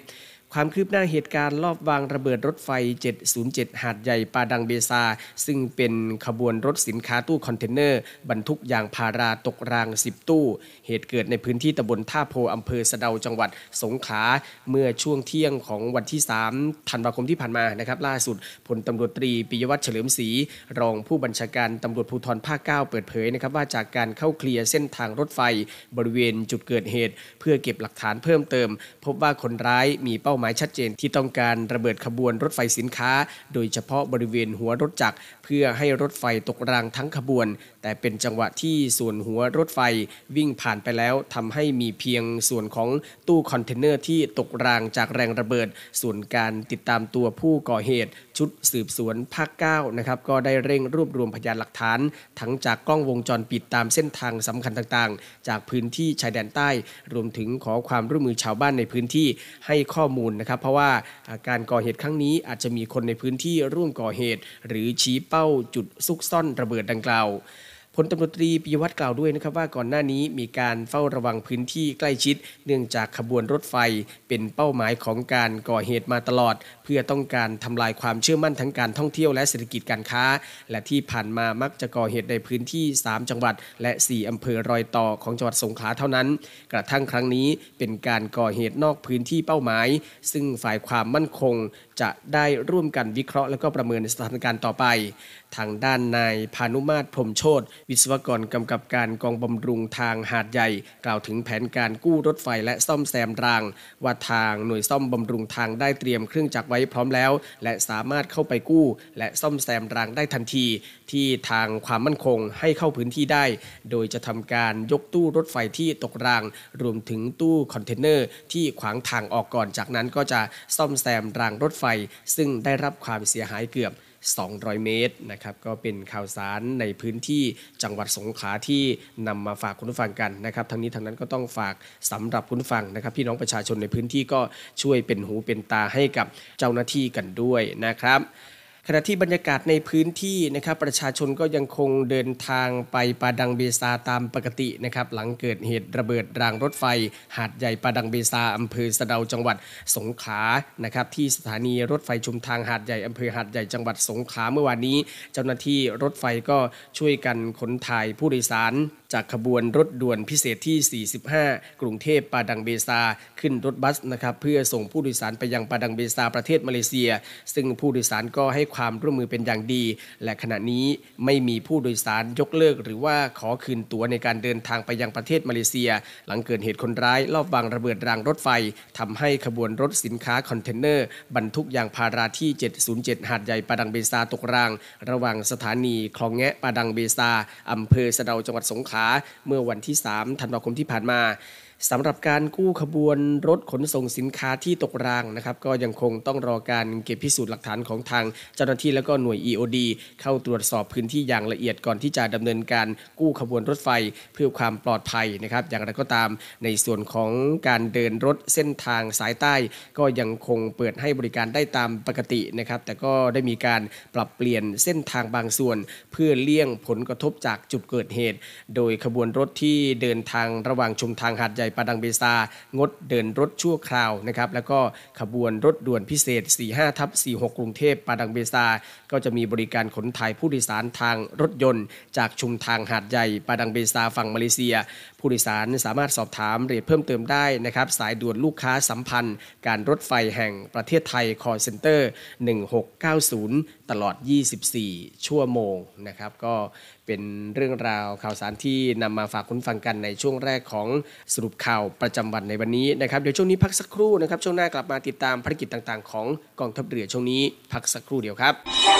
ความคืบหน้าเหตุการณ์ลอบวางระเบิดรถไฟเจ็ดศูนย์เจ็ดหาดใหญ่ปาดังเบซาซึ่งเป็นขบวนรถสินค้าตู้คอนเทนเนอร์บรรทุกยางพาราตกรางสิบตู้เหตุเกิดในพื้นที่ตำบลท่าโพอำเภอสะเดาจังหวัดสงขลาเมื่อช่วงเที่ยงของวันที่สามธันวาคมที่ผ่านมานะครับล่าสุดพลตำรวจตรีปิยวัฒน์เฉลิมศรีรองผู้บัญชาการตำรวจภูธรภาคเก้าเปิดเผยนะครับว่าจากการเข้าเคลียร์เส้นทางรถไฟบริเวณจุดเกิดเหตุเพื่อเก็บหลักฐานเพิ่มเติมพบว่าคนร้ายมีเป้าหมายชัดเจนที่ต้องการระเบิดขบวนรถไฟสินค้าโดยเฉพาะบริเวณหัวรถจักรเพื่อให้รถไฟตกรางทั้งขบวนแต่เป็นจังหวะที่ส่วนหัวรถไฟวิ่งผ่านไปแล้วทำให้มีเพียงส่วนของตู้คอนเทนเนอร์ที่ตกรางจากแรงระเบิดส่วนการติดตามตัวผู้ก่อเหตุชุดสืบสวนภาคเก้านะครับก็ได้เร่งรวบรวมพยานหลักฐานทั้งจากกล้องวงจรปิดตามเส้นทางสำคัญต่างๆจากพื้นที่ชายแดนใต้รวมถึงขอความร่วมมือชาวบ้านในพื้นที่ให้ข้อมูลนะครับเพราะว่าการก่อเหตุครั้งนี้อาจจะมีคนในพื้นที่ร่วมก่อเหตุหรือชี้เป้าจุดซุกซ่อนระเบิดดังกล่าวพลตำรวจตรีปิยวัฒน์กล่าวด้วยนะครับว่าก่อนหน้านี้มีการเฝ้าระวังพื้นที่ใกล้ชิดเนื่องจากขบวนรถไฟเป็นเป้าหมายของการก่อเหตุมาตลอดเพื่อต้องการทำลายความเชื่อมั่นทั้งการท่องเที่ยวและเศรษฐกิจการค้าและที่ผ่านมามักจะก่อเหตุในพื้นที่สามจังหวัดและสี่อำเภอรอยต่อของจังหวัดสงขลาเท่านั้นกระทั่งครั้งนี้เป็นการก่อเหตุนอกพื้นที่เป้าหมายซึ่งฝ่ายความมั่นคงจะได้ร่วมกันวิเคราะห์และก็ประเมินสถานการณ์ต่อไปทางด้านนายพานุมาตรพรหมโชติวิศวกรกำกับการกองบำรุงทางหาดใหญ่กล่าวถึงแผนการกู้รถไฟและซ่อมแซมรางว่าทางหน่วยซ่อมบำรุงทางได้เตรียมเครื่องจักรไว้พร้อมแล้วและสามารถเข้าไปกู้และซ่อมแซมรางได้ทันทีที่ทางความมั่นคงให้เข้าพื้นที่ได้โดยจะทำการยกตู้รถไฟที่ตกรางรวมถึงตู้คอนเทนเนอร์ที่ขวางทางออกก่อนจากนั้นก็จะซ่อมแซมรางรถไฟซึ่งได้รับความเสียหายเกือบสองร้อยเมตรนะครับก็เป็นข่าวสารในพื้นที่จังหวัดสงขลาที่นำมาฝากคุณผู้ฟังกันนะครับทั้งนี้ทั้งนั้นก็ต้องฝากสำหรับคุณผู้ฟังนะครับพี่น้องประชาชนในพื้นที่ก็ช่วยเป็นหูเป็นตาให้กับเจ้าหน้าที่กันด้วยนะครับขณะที่บรรยากาศในพื้นที่นะครับประชาชนก็ยังคงเดินทางไปปาดังเบซาตามปกตินะครับหลังเกิดเหตุระเบิดรางรถไฟหาดใหญ่ปาดังเบซาอำเภอสะเดาจังหวัดสงขลานะครับที่สถานีรถไฟชุมทางหาดใหญ่อำเภอหาดใหญ่จังหวัดสงขลาเมื่อวานนี้เจ้าหน้าที่รถไฟก็ช่วยกันขนถ่ายผู้โดยสารจากขบวนรถด่วนพิเศษที่สี่สิบห้ากรุงเทพปาดังเบซาขึ้นรถบัสนะครับเพื่อส่งผู้โดยสารไปยังปาดังเบซาประเทศมาเลเซียซึ่งผู้โดยสารก็ให้ความร่วมมือเป็นอย่างดีและขณะนี้ไม่มีผู้โดยสารยกเลิกหรือว่าขอคืนตั๋วในการเดินทางไปยังประเทศมาเลเซียหลังเกิดเหตุคนร้ายลอบวางระเบิดรางรถไฟทำให้ขบวนรถสินค้าคอนเทนเนอร์บรรทุกยางพาราที่เจ็ดศูนย์เจ็ดหาดใหญ่ปาดังเบซาตกรางระหว่างสถานีคลองแงะปาดังเบซาอำเภอสะเดาจังหวัดสงขลาเมื่อวันที่สามธันวาคมที่ผ่านมาสำหรับการกู้ขบวนรถขนส่งสินค้าที่ตกรางนะครับก็ยังคงต้องรอการเก็บพิสูจน์หลักฐานของทางเจ้าหน้าที่และก็หน่วย อี โอ ดี เข้าตรวจสอบพื้นที่อย่างละเอียดก่อนที่จะดำเนินการกู้ขบวนรถไฟเพื่อความปลอดภัยนะครับอย่างไรก็ตามในส่วนของการเดินรถเส้นทางสายใต้ก็ยังคงเปิดให้บริการได้ตามปกตินะครับแต่ก็ได้มีการปรับเปลี่ยนเส้นทางบางส่วนเพื่อเลี่ยงผลกระทบจากจุดเกิดเหตุโดยขบวนรถที่เดินทางระหว่างชุมทางหาดใหญ่ปาดังเบซางดเดินรถชั่วคราวนะครับแล้วก็ขบวนรถด่วนพิเศษ สี่สิบห้าทับสี่สิบหก กรุงเทพปาดังเบซาก็จะมีบริการขนถ่ายผู้โดยสารทางรถยนต์จากชุมทางหาดใหญ่ปาดังเบซาฝั่งมาเลเซียผู้โดยสารสามารถสอบถามรายละเอียดเพิ่มเติมได้นะครับสายด่วนลูกค้าสัมพันธ์การรถไฟแห่งประเทศไทย Call Center หนึ่งหกเก้าศูนย์ตลอดยี่สิบสี่ชั่วโมงนะครับก็เป็นเรื่องราวข่าวสารที่นำมาฝากคุณฟังกันในช่วงแรกของสรุปข่าวประจำวันในวันนี้นะครับเดี๋ยวช่วงนี้พักสักครู่นะครับช่วงหน้ากลับมาติดตามภารกิจต่างๆของกองทัพเรือช่วงนี้พักสักครู่เดียวครับ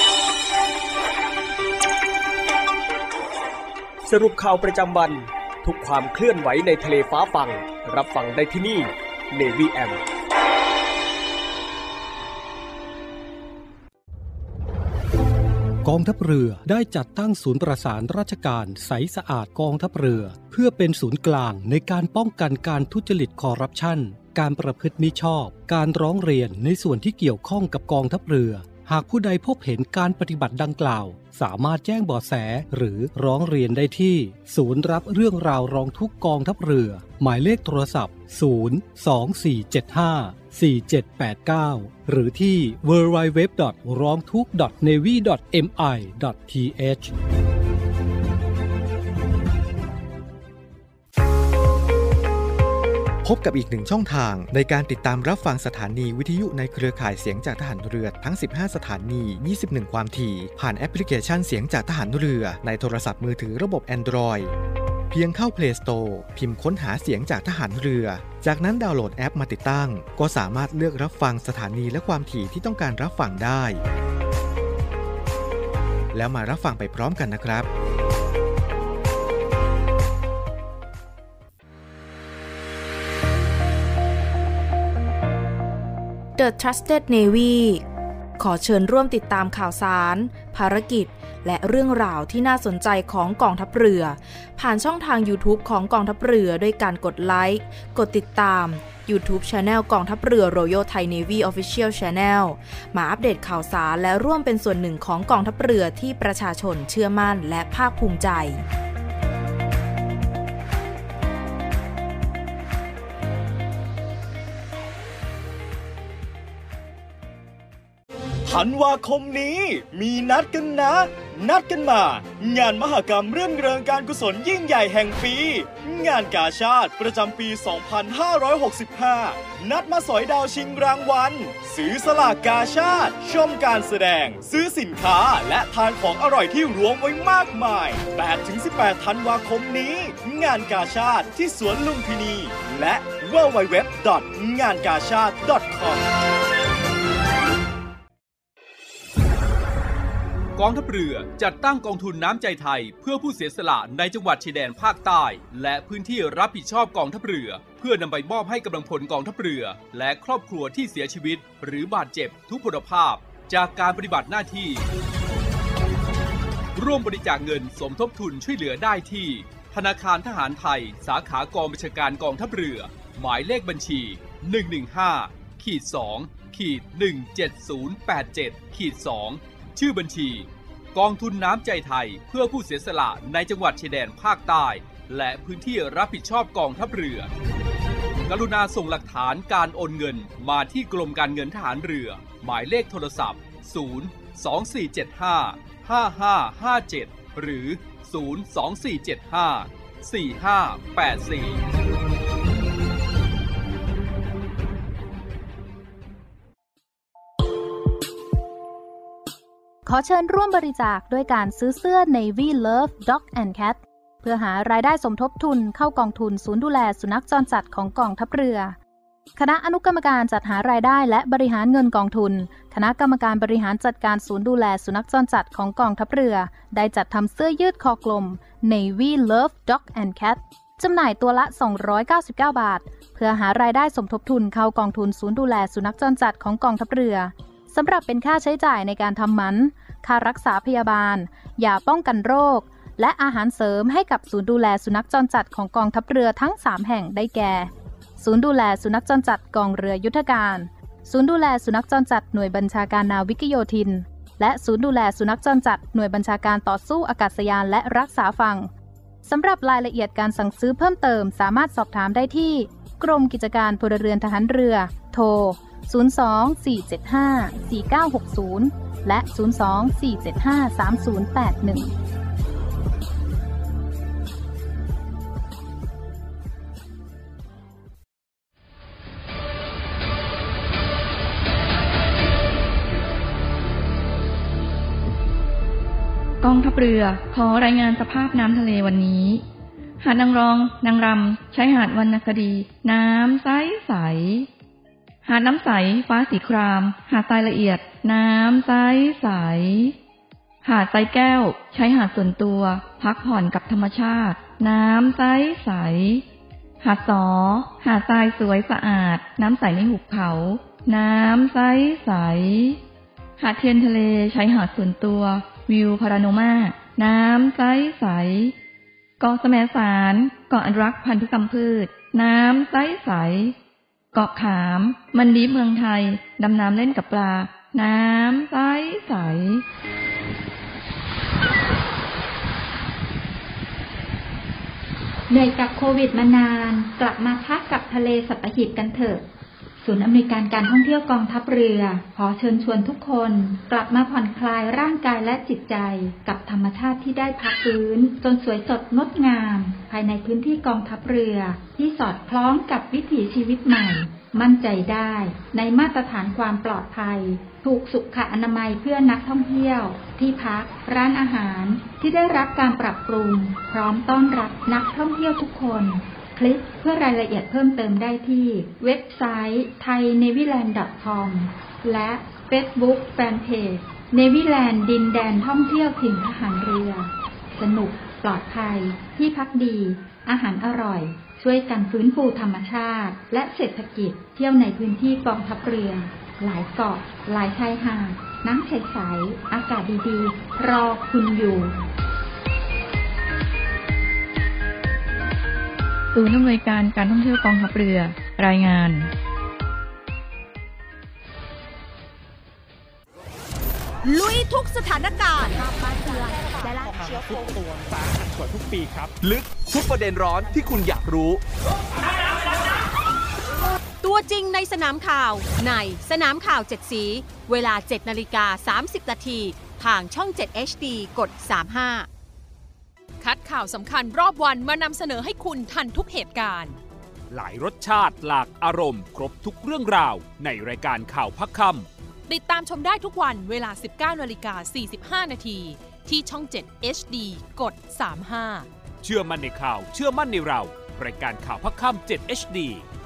สรุปข่าวประจำวันทุกความเคลื่อนไหวในทะเลฟ้าฟังรับฟังได้ที่นี่ Navy เอ เอ็มกองทัพเรือได้จัดตั้งศูนย์ประสานราชการใสสะอาดกองทัพเรือเพื่อเป็นศูนย์กลางในการป้องกันการทุจริตคอร์รัปชันการประพฤติมิชอบการร้องเรียนในส่วนที่เกี่ยวข้องกับกองทัพเรือหากผู้ใดพบเห็นการปฏิบัติดังกล่าวสามารถแจ้งเบาะแสหรือร้องเรียนได้ที่ศูนย์รับเรื่องราวร้องทุกข์กองทัพเรือหมายเลขโทรศัพท์ศูนย์ สอง สี่ เจ็ด ห้า สี่ เจ็ด แปด เก้าหรือที่ ดับเบิลยู ดับเบิลยู ดับเบิลยู ดอท ร้องทุกข์ ดอท เนวี ดอท เอ็ม ไอ ดอท ที เอชพบกับอีกหนึ่งช่องทางในการติดตามรับฟังสถานีวิทยุในเครือข่ายเสียงจากทหารเรือทั้งสิบห้าสถานี ยี่สิบเอ็ด ความถี่ผ่านแอปพลิเคชันเสียงจากทหารเรือในโทรศัพท์มือถือระบบ Android เพียงเข้า Play Store พิมพ์ค้นหาเสียงจากทหารเรือจากนั้นดาวน์โหลดแอปมาติดตั้งก็สามารถเลือกรับฟังสถานีและความถี่ที่ต้องการรับฟังได้แล้วมารับฟังไปพร้อมกันนะครับ The Trusted Navy ขอเชิญร่วมติดตามข่าวสารภารกิจและเรื่องราวที่น่าสนใจของกองทัพเรือผ่านช่องทาง YouTube ของกองทัพเรือด้วยการกดไลค์กดติดตาม YouTube Channel กองทัพเรือ Royal Thai Navy Official Channel มาอัปเดตข่าวสารและร่วมเป็นส่วนหนึ่งของกองทัพเรือที่ประชาชนเชื่อมั่นและภาคภูมิใจธันวาคมนี้มีนัดกันนะนัดกันมางานมหกรรมเรื่องเริงการกุศลยิ่งใหญ่แห่งปีงานกาชาดประจำปี สองพันห้าร้อยหกสิบห้า นัดมาสอยดาวชิงรางวัลซื้อสลากกาชาดชมการแสดงซื้อสินค้าและทานของอร่อยที่รวมไว้มากมาย แปดถึงสิบแปด ธันวาคมนี้งานกาชาดที่สวนลุมพินีและ ดับเบิลยู ดับเบิลยู ดับเบิลยู ดอท งานกาชาด ดอท คอมกองทัพเรือจัดตั้งกองทุนน้ำใจไทยเพื่อผู้เสียสละในจังหวัดชายแดนภาคใต้และพื้นที่รับผิดชอบกองทัพเรือเพื่อนำไปมอบให้กำลังพลกองทัพเรือและครอบครัวที่เสียชีวิตหรือบาดเจ็บทุกพลภาพจากการปฏิบัติหน้าที่ร่วมบริจาคเงินสมทบทุนช่วยเหลือได้ที่ธนาคารทหารไทยสาขากองบัญชาการกองทัพเรือหมายเลขบัญชี หนึ่ง หนึ่ง ห้า สอง หนึ่ง เจ็ด ศูนย์ แปด เจ็ด สองชื่อบัญชีกองทุนน้ำใจไทยเพื่อผู้เสียสละในจังหวัดชายแดนภาคใต้และพื้นที่รับผิดชอบกองทัพเรือกรุณาส่งหลักฐานการโอนเงินมาที่กรมการเงินทหารเรือหมายเลขโทรศัพท์ศูนย์ สอง สี่ เจ็ด ห้า ห้า ห้า ห้า เจ็ดหรือศูนย์ สอง สี่ เจ็ด ห้า สี่ ห้า แปด สี่ขอเชิญร่วมบริจาคด้วยการซื้อเสื้อ Navy Love Dog and Cat เพื่อหารายได้สมทบทุนเข้ากองทุนศูนย์ดูแลสุนัขจรจัดของกองทัพเรือคณะอนุกรรมการจัดหารายได้และบริหารเงินกองทุนคณะกรรมการบริหารจัดการศูนย์ดูแลสุนัขจรจัดของกองทัพเรือได้จัดทำเสื้อยืดคอกลม Navy Love Dog and Cat จำหน่ายตัวละสองร้อยเก้าสิบเก้าบาทเพื่อหารายได้สมทบทุนเข้ากองทุนศูนย์ดูแลสุนัขจรจัดของกองทัพเรือสำหรับเป็นค่าใช้จ่ายในการทำหมันค่ารักษาพยาบาลยาป้องกันโรคและอาหารเสริมให้กับศูนย์ดูแลสุนัขจรจัดของกองทัพเรือทั้งสามแห่งได้แก่ศูนย์ดูแลสุนัขจรจัดกองเรือยุทธการศูนย์ดูแลสุนัขจรจัดหน่วยบัญชาการนาวิกโยธินและศูนย์ดูแลสุนัขจรจัดหน่วยบัญชาการต่อสู้อากาศยานและรักษาฝั่งสำหรับรายละเอียดการสั่งซื้อเพิ่มเติมสามารถสอบถามได้ที่กรมกิจการพลเรือนทหารเรือโทรศูนย์ สอง สี่ เจ็ด ห้า สี่ เก้า หก ศูนย์และศูนย์ สอง สี่ เจ็ด ห้า สาม ศูนย์ แปด หนึ่งกองทัพเรือขอรายงานสภาพน้ำทะเลวันนี้หาดนางรองนางรำชายหาดวรรณคดีน้ำใสใสหาดน้ำใสฟ้าสีครามหาดทรายละเอียดน้ำใสใสหาดทรายแก้วใช้หาดส่วนตัวพักผ่อนกับธรรมชาติน้ำใสใสหาดสอหาดทรายสวยสะอาดน้ำใสในหุบเขาน้ำใสใสหาดเทียนทะเลใช้หาดส่วนตัววิวพาราโนมาน้ำใสใสเกาะแสมสารเกาะอนุรักษ์พันธุกรรมพืชน้ำใสใสเกาะขามมันดีเมืองไทยดำน้ำเล่นกับปลาน้ำใสใสเหนื่อยกับโควิดมานานกลับมาพักกับทะเลสัตหีบกันเถอะศูนย์อำนวยการการท่องเที่ยวกองทัพเรือขอเชิญชวนทุกคนกลับมาผ่อนคลายร่างกายและจิตใจกับธรรมชาติที่ได้พักฟื้นจนสวยสดงดงามภายในพื้นที่กองทัพเรือที่สอดคล้องกับวิถีชีวิตใหม่มั่นใจได้ในมาตรฐานความปลอดภัยถูกสุขอนามัยเพื่อนักท่องเที่ยวที่พักร้านอาหารที่ได้รับการปรับปรุงพร้อมต้อนรับนักท่องเที่ยวทุกคนคลิกเพื่อรายละเอียดเพิ่มเติมได้ที่เว็บไซต์ไทยเนวิแลนด์ ดอท คอม และ Facebook Fanpage เนวิแลนด์ดินแดนท่องเที่ยวถิ่นทหารเรือสนุกปลอดภัยที่พักดีอาหารอร่อยช่วยกันฟื้นฟูธรรมชาติและเศรษฐกิจเที่ยวในพื้นที่กองทัพเรือหลายเกาะหลายชายหาดน้ำใสๆอากาศดีๆรอคุณอยู่ศูนย์อำนวยการการท่องเที่ยวกองทัพเรือรายงานลุยทุกสถานการณ์ทุกตัวสาหัสกว่าทุกปีครับลึกทุกประเด็นร้อนที่คุณอยากรู้ตัวจริงในสนามข่าวในสนามข่าวเจ็ดสีเวลา เจ็ดนาฬิกาสามสิบนาทีทางช่อง เจ็ด เอช ดี กด สามสิบห้าคัดข่าวสำคัญรอบวันมานำเสนอให้คุณทันทุกเหตุการณ์หลายรสชาติหลากอารมณ์ครบทุกเรื่องราวในรายการข่าวพักค่ำติดตามชมได้ทุกวันเวลา สิบเก้านาฬิกาสี่สิบห้านาทีที่ช่อง เจ็ด เอช ดี กด สามสิบห้าเชื่อมั่นในข่าวเชื่อมั่นในเรารายการข่าวพักค่ำ เจ็ด เอช ดี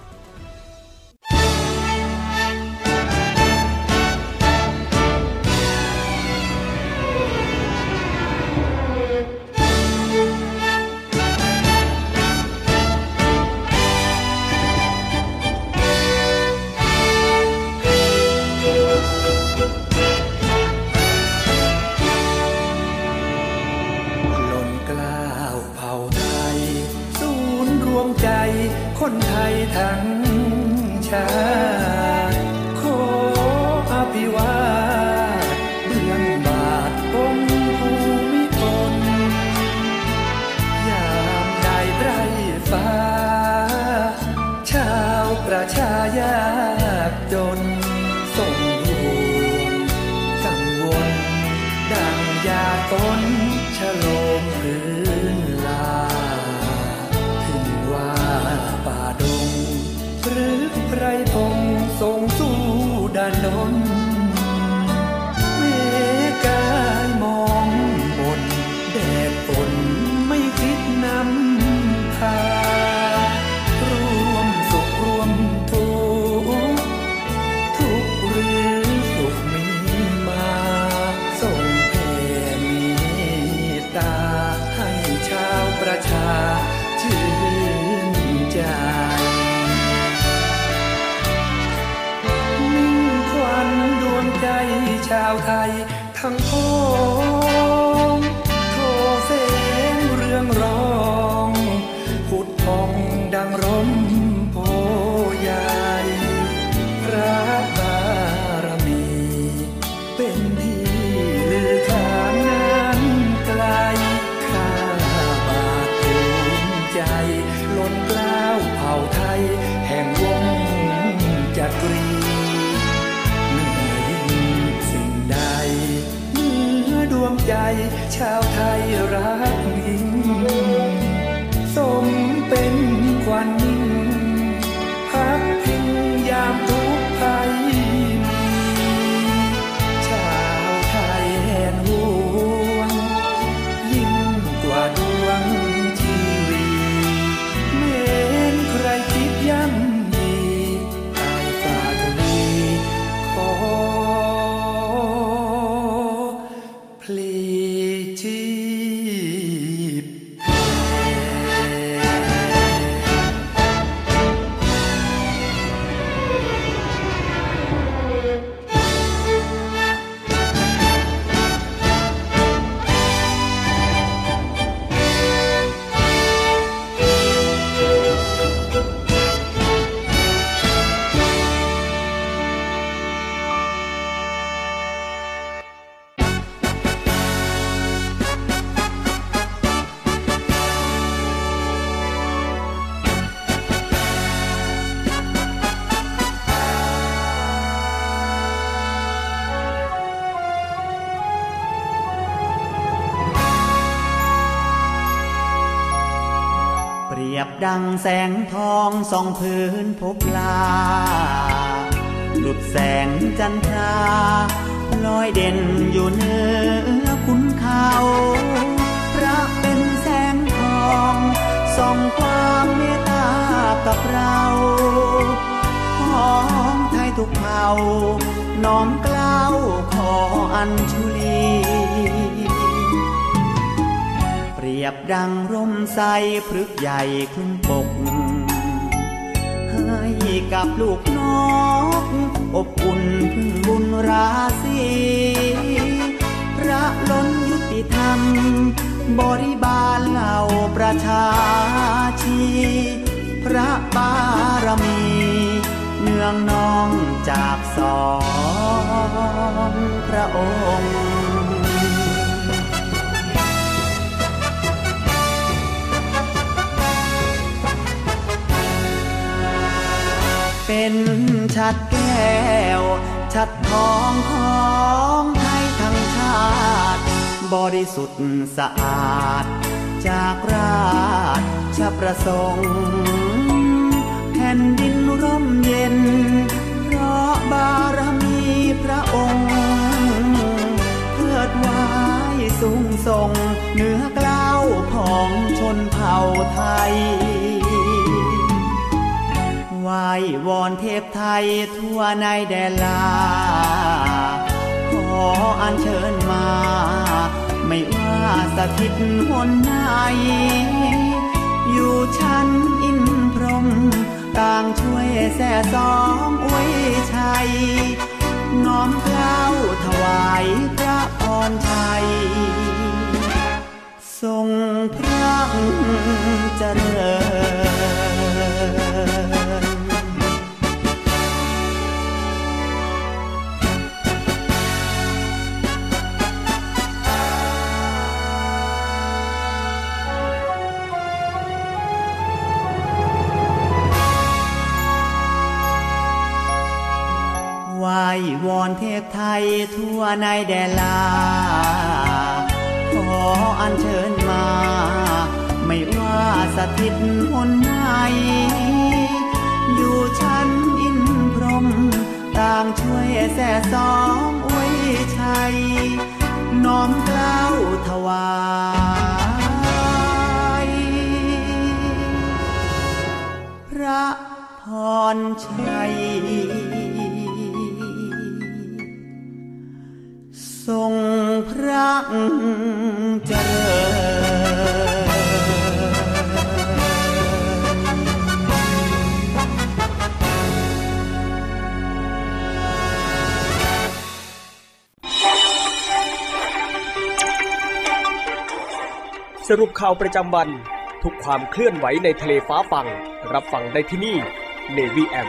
คนไทยทั้งชาติขออภิวาทเบื้องบาทองค์ภูมิพลยามได้ไพร่ฟ้าชาวประชายากจนส่งห่วงกังวลดังยาต้นชโลมพื้นลาป่าดงหรือไพรพงทรงสู้ดานนเมกายมองบนแดดฝนไม่คิดนำพารวมสุขรวมทุกข์ทุกหรือสุขมีมาส่งแผ่เมตตาให้ชาวประชาชื่นใจมิ่งควันดวงใจชาวไทยทั้งพ้องโทเสงเรื่องร้องผุดพองดังร่มโพใหญ่พระบารมีเป็นที่ลือขานนานไกลข้าบาทภูมิใจล้นเกล้าเผ่าไทยแห่งวงจักรีเหนือยิ่งสิ่งใดเหนือดวงใจชาวไทยรักยิ่งสมเป็นควันนิ่งพักพิงยามทุกข์ภัยมีชาวไทยแห่งห่วงยิ่งกว่าดวงชีวีเม้นใครคิดย่ำยีตายฝ่าทวีขอพลีชีพรียบดังแสงทองส่องพื้นพบลาหลุดแสงจันทราลอยเด่นอยู่เหนือขุนเขาพระเป็นแสงทองส่องความเมตตากับเราของไทยทุกเผ่าน้อมเกล้าขออัญชุลีเปรียบดังร่มไทรพฤกษ์ใหญ่คลุมปกให้กับลูกนกอบอุ่นพึ่งบุญราศีพระล้นยุติธรรมบริบาลเหล่าประชาชีพระบารมีเนื่องน้องจากสองพระองค์เป็นชัดแก้วชัดทองของไทยทั้งชาติบริสุทธิ์สะอาดจากราชประสงค์แผ่นดินร่มเย็นเพราะบารมีพระองค์เทิดไว้สูงส่งเหนือเกล้าของชนเผ่าไทยไหว้วอนเทพไทยทั่วในแดนลาขออัญเชิญมาไม่ว่าสถิตหนไหนอยู่ชั้นอินพรหมต่างช่วยแส่สองอวยชัยน้อมเกล้าถวายพระพรชัยทรงพระเจริญไหว้วอนเทพไทยทั่วในแดนลาขออัญเชิญมาไม่ว่าสถิตหนไหนอยู่ชั้นอินพรหมต่างช่วยแส่สองอวยชัยน้อมเกล้าถวายพระพรชัยทรงพระเจริญสรุปข่าวประจำวันทุกความเคลื่อนไหวในทะเลฟ้าฟังรับฟังได้ที่นี่ Navy เอ เอ็ม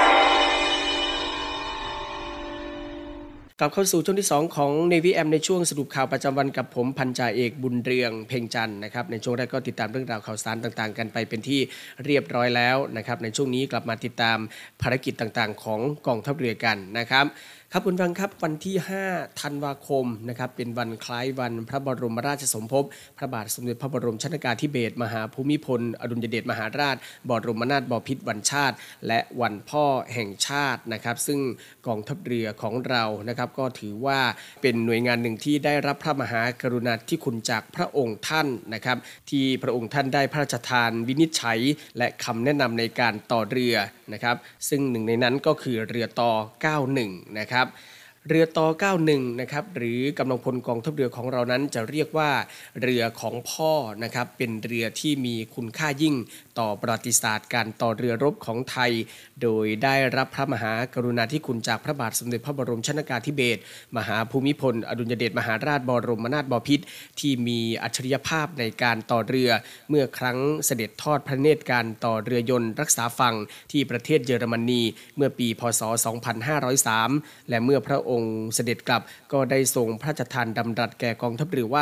กลับเข้าสู่ช่วงที่สองของ Navy เอ เอ็ม ในช่วงสรุปข่าวประจำวันกับผมพันจ่าเอกบุญเรืองเพ็งจันทร์นะครับในช่วงแรกก็ติดตามเรื่องราวข่าวสารต่างๆกันไปเป็นที่เรียบร้อยแล้วนะครับในช่วงนี้กลับมาติดตามภารกิจต่างๆของกองทัพเรือกันนะครับครับคุณฟังครับวันที่ห้าธันวาคมนะครับเป็นวันคล้ายวันพระบรมราชสมภพพระบาทสมเด็จพระบรมชนกาธิเบศรมหาภูมิพลอดุลยเดชมหาราชบรมนาถบพิตรวันชาติและวันพ่อแห่งชาตินะครับซึ่งกองทัพเรือของเรานะครับก็ถือว่าเป็นหน่วยงานหนึ่งที่ได้รับพระมหากรุณาธิคุณจากพระองค์ท่านนะครับที่พระองค์ท่านได้พระราชทานวินิจฉัยและคำแนะนำในการต่อเรือนะครับซึ่งหนึ่งในนั้นก็คือเรือต่อเก้าสิบเอ็ดนะครับเรือต่อเก้าสิบเอ็ดนะครับหรือกำลังพลกองทัพเรือของเรานั้นจะเรียกว่าเรือของพ่อนะครับเป็นเรือที่มีคุณค่ายิ่งต่อประวัติศาสตร์การต่อเรือรบของไทยโดยได้รับพระมหากรุณาธิคุณจากพระบาทสมเด็จพระบรมชนกาธิเบศรมหาภูมิพลอดุลยเดชมหาราชบรมนาถบพิตรที่มีอัจฉริยภาพในการต่อเรือเมื่อครั้งเสด็จทอดพระเนตรการต่อเรือยนต์รักษาฝั่งที่ประเทศเยอรมนีเมื่อปีพ.ศ. สองพันห้าร้อยสามและเมื่อพระองค์เสด็จกลับก็ได้ทรงพระราชทานดำรัสแก่กองทัพเรือว่า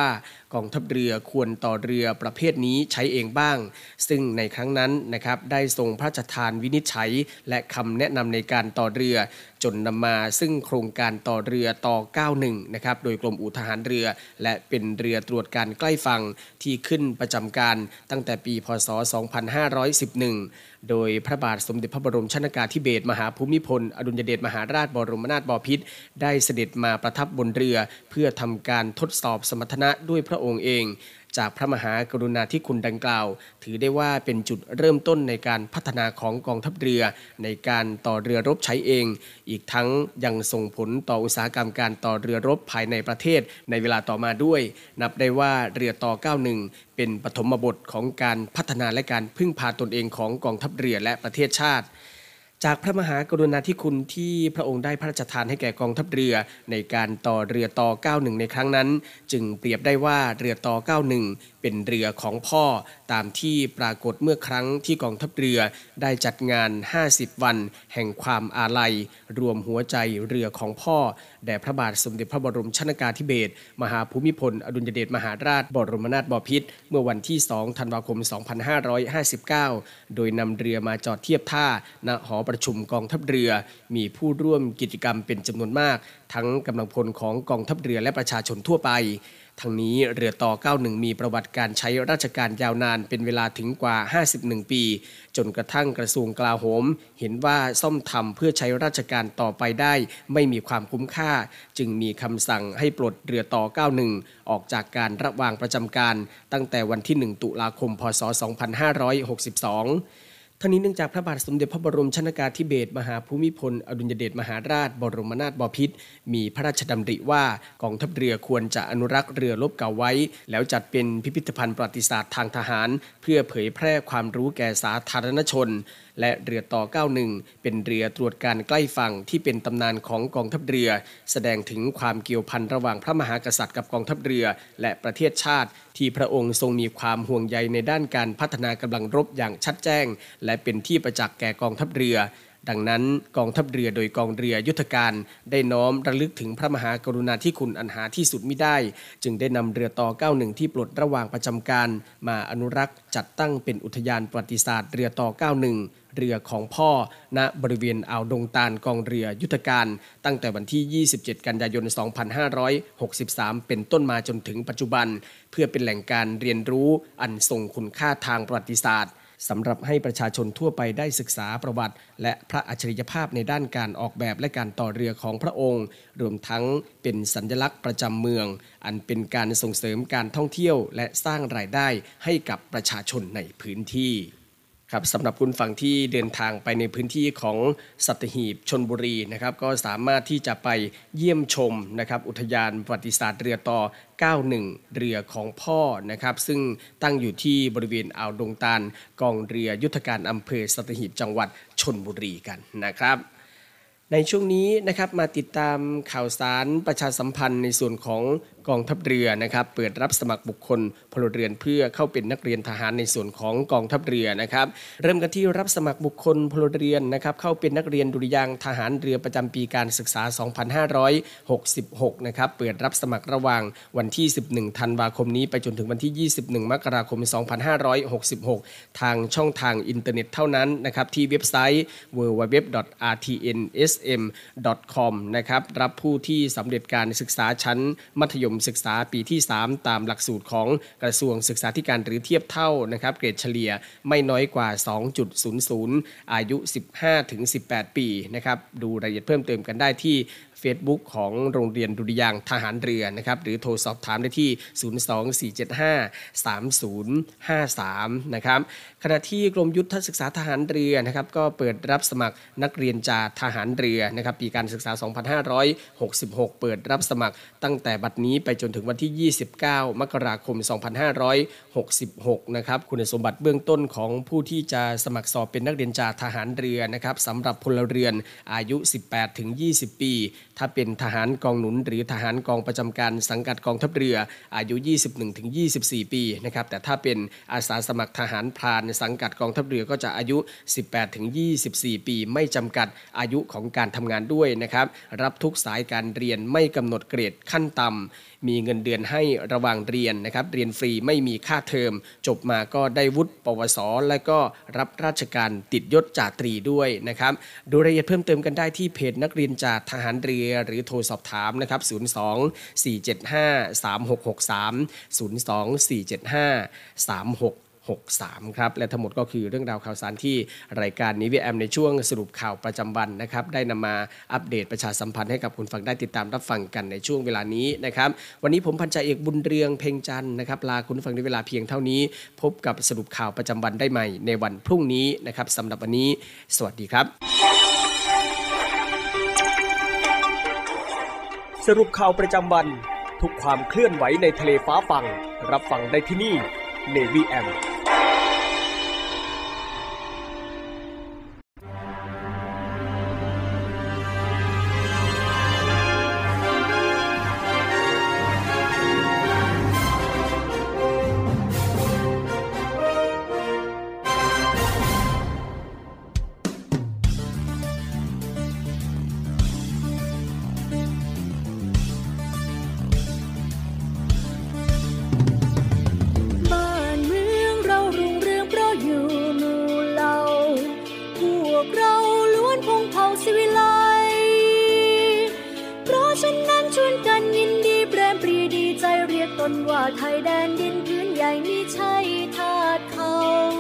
กองทัพเรือควรต่อเรือประเภทนี้ใช้เองบ้างซึ่งในครั้งนั้นนะครับได้ทรงพระราชทานวินิจฉัยและคำแนะนำในการต่อเรือจนนำมาซึ่งโครงการต่อเรือต่อเก้าสิบเอ็ดนะครับโดยกรมอู่ทหารเรือและเป็นเรือตรวจการใกล้ฝั่งที่ขึ้นประจำการตั้งแต่ปีพ.ศ. สองพันห้าร้อยสิบเอ็ดโดยพระบาทสมเด็จพระบรมชนกาธิเบศรมหาภูมิพลอดุลยเดชมหาราชบรมนาถบพิตรได้เสด็จมาประทับบนเรือเพื่อทำการทดสอบสมรรถนะด้วยพระองค์เองจากพระมหากรุณาธิคุณดังกล่าวถือได้ว่าเป็นจุดเริ่มต้นในการพัฒนาของกองทัพเรือในการต่อเรือรบใช้เองอีกทั้งยังส่งผลต่ออุตสาหกรรมการต่อเรือรบภายในประเทศในเวลาต่อมาด้วยนับได้ว่าเรือต่อเก้าสิบเอ็ดเป็นปฐมบทของการพัฒนาและการพึ่งพาตนเองของกองทัพเรือและประเทศชาติจากพระมหากรุณาธิคุณที่พระองค์ได้พระราชทานให้แก่กองทัพเรือในการต่อเรือต่อเก้าสิบเอ็ดในครั้งนั้นจึงเปรียบได้ว่าเรือต่อเก้าสิบเอ็ดเป็นเรือของพ่อตามที่ปรากฏเมื่อครั้งที่กองทัพเรือได้จัดงานห้าสิบวันแห่งความอาลัยรวมหัวใจเรือของพ่อแด่พระบาทสมเด็จพระบรมชนกาธิเบศรมหาภูมิพลอดุลยเดชมหาราชบรมนาถบพิตรเมื่อวันที่สองธันวาคมสองพันห้าร้อยห้าสิบเก้าโดยนำเรือมาจอดเทียบท่าณหอประชุมกองทัพเรือมีผู้ร่วมกิจกรรมเป็นจำนวนมากทั้งกำลังพลของกองทัพเรือและประชาชนทั่วไปทั้งนี้เรือต่อเก้าสิบเอ็ดมีประวัติการใช้ราชการยาวนานเป็นเวลาถึงกว่าห้าสิบเอ็ดปีจนกระทั่งกระทรวงกลาโหมเห็นว่าซ่อมทำเพื่อใช้ราชการต่อไปได้ไม่มีความคุ้มค่าจึงมีคำสั่งให้ปลดเรือต่อเก้าสิบเอ็ดออกจากการระวางประจำการตั้งแต่วันที่หนึ่งตุลาคมพ.ศ. สองพันห้าร้อยหกสิบสองทั้งนี้เนื่องจากพระบาทสมเด็จพระบรมชนกาธิเบศรมหาภูมิพลอดุลยเดชมหาราชบรมนาถบพิตรมีพระราชดำริว่ากองทัพเรือควรจะอนุรักษ์เรือรบเก่าไว้แล้วจัดเป็นพิพิธภัณฑ์ประวัติศาสตร์ทางทหารเพื่อเผยแพร่ความรู้แก่สาธารณชนและเรือต่อเก้าสิบเอ็ดเป็นเรือตรวจการใกล้ฝั่งที่เป็นตำนานของกองทัพเรือแสดงถึงความเกี่ยวพันระหว่างพระมหากษัตริย์กับกองทัพเรือและประเทศชาติที่พระองค์ทรงมีความห่วงใยในด้านการพัฒนากำลังรบอย่างชัดแจ้งและเป็นที่ประจักษ์แก่กองทัพเรือดังนั้นกองทัพเรือโดยกองเรือยุทธการได้น้อมระลึกถึงพระมหากรุณาธิคุณอันหาที่สุดมิได้จึงได้นำเรือต่อเก้าสิบเอ็ดที่ปลดระหว่างประจำการมาอนุรักษ์จัดตั้งเป็นอุทยานประวัติศาสตร์เรือต่อเก้าสิบเอ็ดเรือของพ่อณบริเวณอ่าวดงตาลกองเรือยุทธการตั้งแต่วันที่ยี่สิบเจ็ดกันยายนสองพันห้าร้อยหกสิบสามเป็นต้นมาจนถึงปัจจุบันเพื่อเป็นแหล่งการเรียนรู้อันทรงคุณค่าทางประวัติศาสตร์สำหรับให้ประชาชนทั่วไปได้ศึกษาประวัติและพระอัจฉริยภาพในด้านการออกแบบและการต่อเรือของพระองค์รวมทั้งเป็นสัญลักษณ์ประจำเมืองอันเป็นการส่งเสริมการท่องเที่ยวและสร้างรายได้ให้กับประชาชนในพื้นที่ครับสำหรับคุณฝั่งที่เดินทางไปในพื้นที่ของสัตหีบชลบุรีนะครับก็สามารถที่จะไปเยี่ยมชมนะครับอุทยานประวัติศาสตร์เรือต่อเก้าสิบเอ็ดเรือของพ่อนะครับซึ่งตั้งอยู่ที่บริเวณอ่าวดงตาลกองเรือยุทธการอำเภอสัตหีบจังหวัดชลบุรีกันนะครับในช่วงนี้นะครับมาติดตามข่าวสารประชาสัมพันธ์ในส่วนของกองทัพเรือนะครับเปิดรับสมัครบุคคลพลเรือนเพื่อเข้าเป็นนักเรียนทหารในส่วนของกองทัพเรือนะครับเริ่มกันที่รับสมัครบุคคลพลเรือนนะครับเข้าเป็นนักเรียนดุริยางค์ทหารเรือประจำปีการศึกษาสองพันห้าร้อยหกสิบหกนะครับเปิดรับสมัครระหว่างวันที่สิบเอ็ดธันวาคมนี้ไปจนถึงวันที่ยี่สิบเอ็ดมกราคมสองพันห้าร้อยหกสิบหกทางช่องทางอินเทอร์เน็ตเท่านั้นนะครับที่เว็บไซต์ ดับเบิลยู ดับเบิลยู ดับเบิลยู ดอท อาร์ ที เอ็น เอส เอ็ม ดอท คอม นะครับรับผู้ที่สำเร็จการศึกษาชั้นมัธยมศึกษาปีที่สามตามหลักสูตรของกระทรวงศึกษาธิการหรือเทียบเท่านะครับเกรดเฉลี่ยไม่น้อยกว่า สองจุดศูนย์ศูนย์ อายุ สิบห้าถึงสิบแปด ปีนะครับดูรายละเอียดเพิ่มเติมกันได้ที่ Facebook ของโรงเรียนดุริยางค์ทหารเรือนะครับหรือโทรสอบถามได้ที่ศูนย์ สอง สี่ เจ็ด ห้า สาม ศูนย์ ห้า สามนะครับขณะที่กรมยุทธศึกษาทหารเรือนะครับก็เปิดรับสมัครนักเรียนจ่าทหารเรือนะครับปีการศึกษาสองพันห้าร้อยหกสิบหกเปิดรับสมัครตั้งแต่บัดนี้ไปจนถึงวันที่ยี่สิบเก้ามกราคมสองพันห้าร้อยหกสิบหกนะครับคุณสมบัติเบื้องต้นของผู้ที่จะสมัครสอบเป็นนักเรียนจ่าทหารเรือนะครับสำหรับพลเรือนอายุ สิบแปดถึงยี่สิบ ปีถ้าเป็นทหารกองหนุนหรือทหารกองประจำการสังกัดกองทัพเรืออายุ ยี่สิบเอ็ดถึงยี่สิบสี่ ปีนะครับแต่ถ้าเป็นอาสาสมัครทหารพรานสังกัดกองทัพเรือก็จะอายุ สิบแปดถึงยี่สิบสี่ ปีไม่จำกัดอายุของการทำงานด้วยนะครับรับทุกสายการเรียนไม่กำหนดเกรดขั้นต่ำมีเงินเดือนให้ระหว่างเรียนนะครับเรียนฟรีไม่มีค่าเทอมจบมาก็ได้วุฒิปวสและก็รับราชการติดยศจ่าตรีด้วยนะครับดูรายละเอียดเพิ่มเติมกันได้ที่เพจนักเรียนจ่าทหารเรือหรือโทรสอบถามนะครับศูนย์ สอง สี่ เจ็ด ห้า สาม หก หก สาม ศูนย์ สอง สี่ เจ็ด ห้า สาม หก หก สามครับและทั้งหมดก็คือเรื่องราวข่าวสารที่รายการนิว เอ เอ็ม ในช่วงสรุปข่าวประจำวันนะครับได้นำมาอัปเดตประชาสัมพันธ์ให้กับคุณฟังได้ติดตามรับฟังกันในช่วงเวลานี้นะครับวันนี้ผมพันจ่าเอกบุญเรืองเพ็งจันทร์นะครับลาคุณฟังในเวลาเพียงเท่านี้พบกับสรุปข่าวประจำวันได้ใหม่ในวันพรุ่งนี้นะครับสำหรับวันนี้สวัสดีครับสรุปข่าวประจำวันทุกความเคลื่อนไหวในทะเลฟ้าฟังรับฟังได้ที่นี่ Navy เอ็มว่าไทยแดนดินพื้นใหญ่นี้ใช่ทาสเขา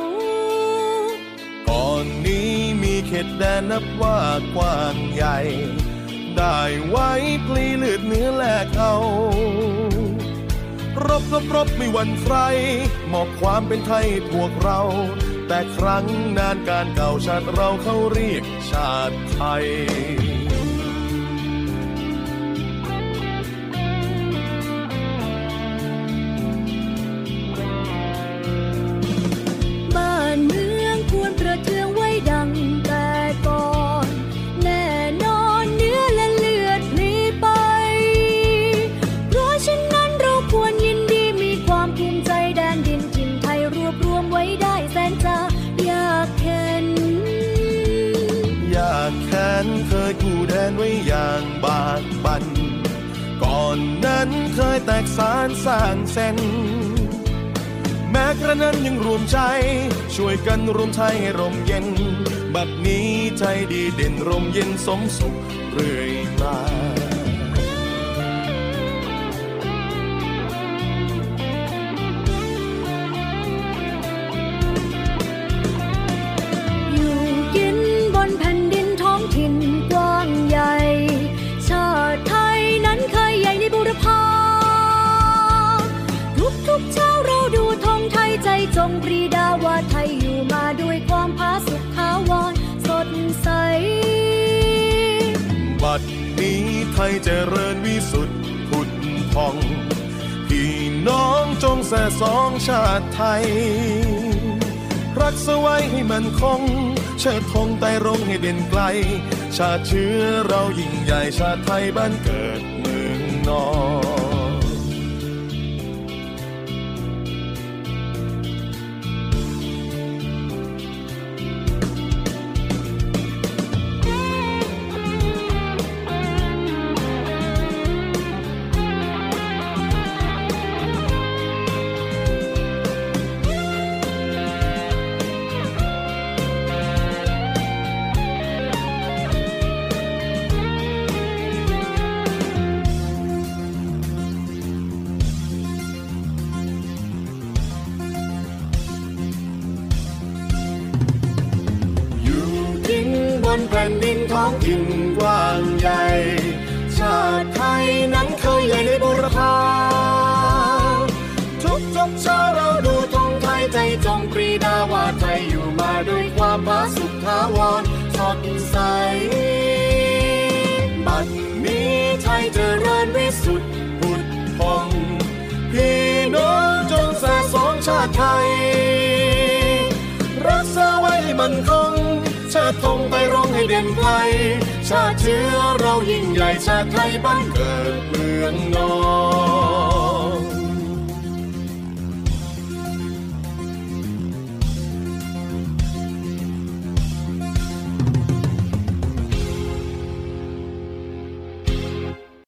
ก่อนนี้มีเขตแดนนับว่ากว้างใหญ่ได้ไว้พลีเลือดเนื้อแลกเอารบรบรบไม่หวั่นใครมอบความเป็นไทยพวกเราแต่ครั้งนานการเก่าชาติเราเขาเรียกชาติไทยดังแต่ก่อนแน่นอนเนื้อและเลือดพลีไปเพราะฉะนั้นเราควรยินดีมีความภูมิใจแดนดินถิ่นไทยรวบรวมไว้ได้แสนจะยากเข็นยากแค้นเคยกู้แดนไว้อย่างบากบั่นก่อนนั้นเคยแตกสานสร้างเส้นแม้กระนั้นยังรวมใจช่วยกันรวมไทยให้ร่มเย็นบัดนี้ไทยดีเด่นร่มเย็นสมสุขเรื่อยมาอยู่กินบนแผ่นดินท้องถิ่นกว้างใหญ่ชาติไทยนั้นเคยใหญ่ในบูรพาทุกๆเช้าเราดูธงไทยใจจงปรีดาว่าไทยอยู่มาด้วยความผาสุกถาวรสดใสบัดนี้ไทยเจริญวิสุทธิ์ผุดผ่องพี่น้องจงแส่สองชาติไทยรักษาไว้ให้มันคงเชิดธงไต่รงให้เด่นไกลชาติเชื้อเรายิ่งใหญ่ชาติไทยบ้านเกิดเมืองนอนแผ่นดินท้องถิ่นกว้างใหญ่ชาติไทยนั้นเคยใหญ่ในบูรพาทุกทุกเช้าเราดูธงไทยใจจงปรีดาว่าไทยอยู่มาด้วยความผาสุกถาวรสดใสบัดนี้ไทยเจริญวิสุทธิ์ผุดผ่องพี่น้องจงแส่สองชาติไทยรักษาไว้ให้มันคงชาติธงไปร้องให้เด่นไกลชาติเชื้อเรายิ่งใหญ่ชาติไทยบ้านเกิดเมืองนอน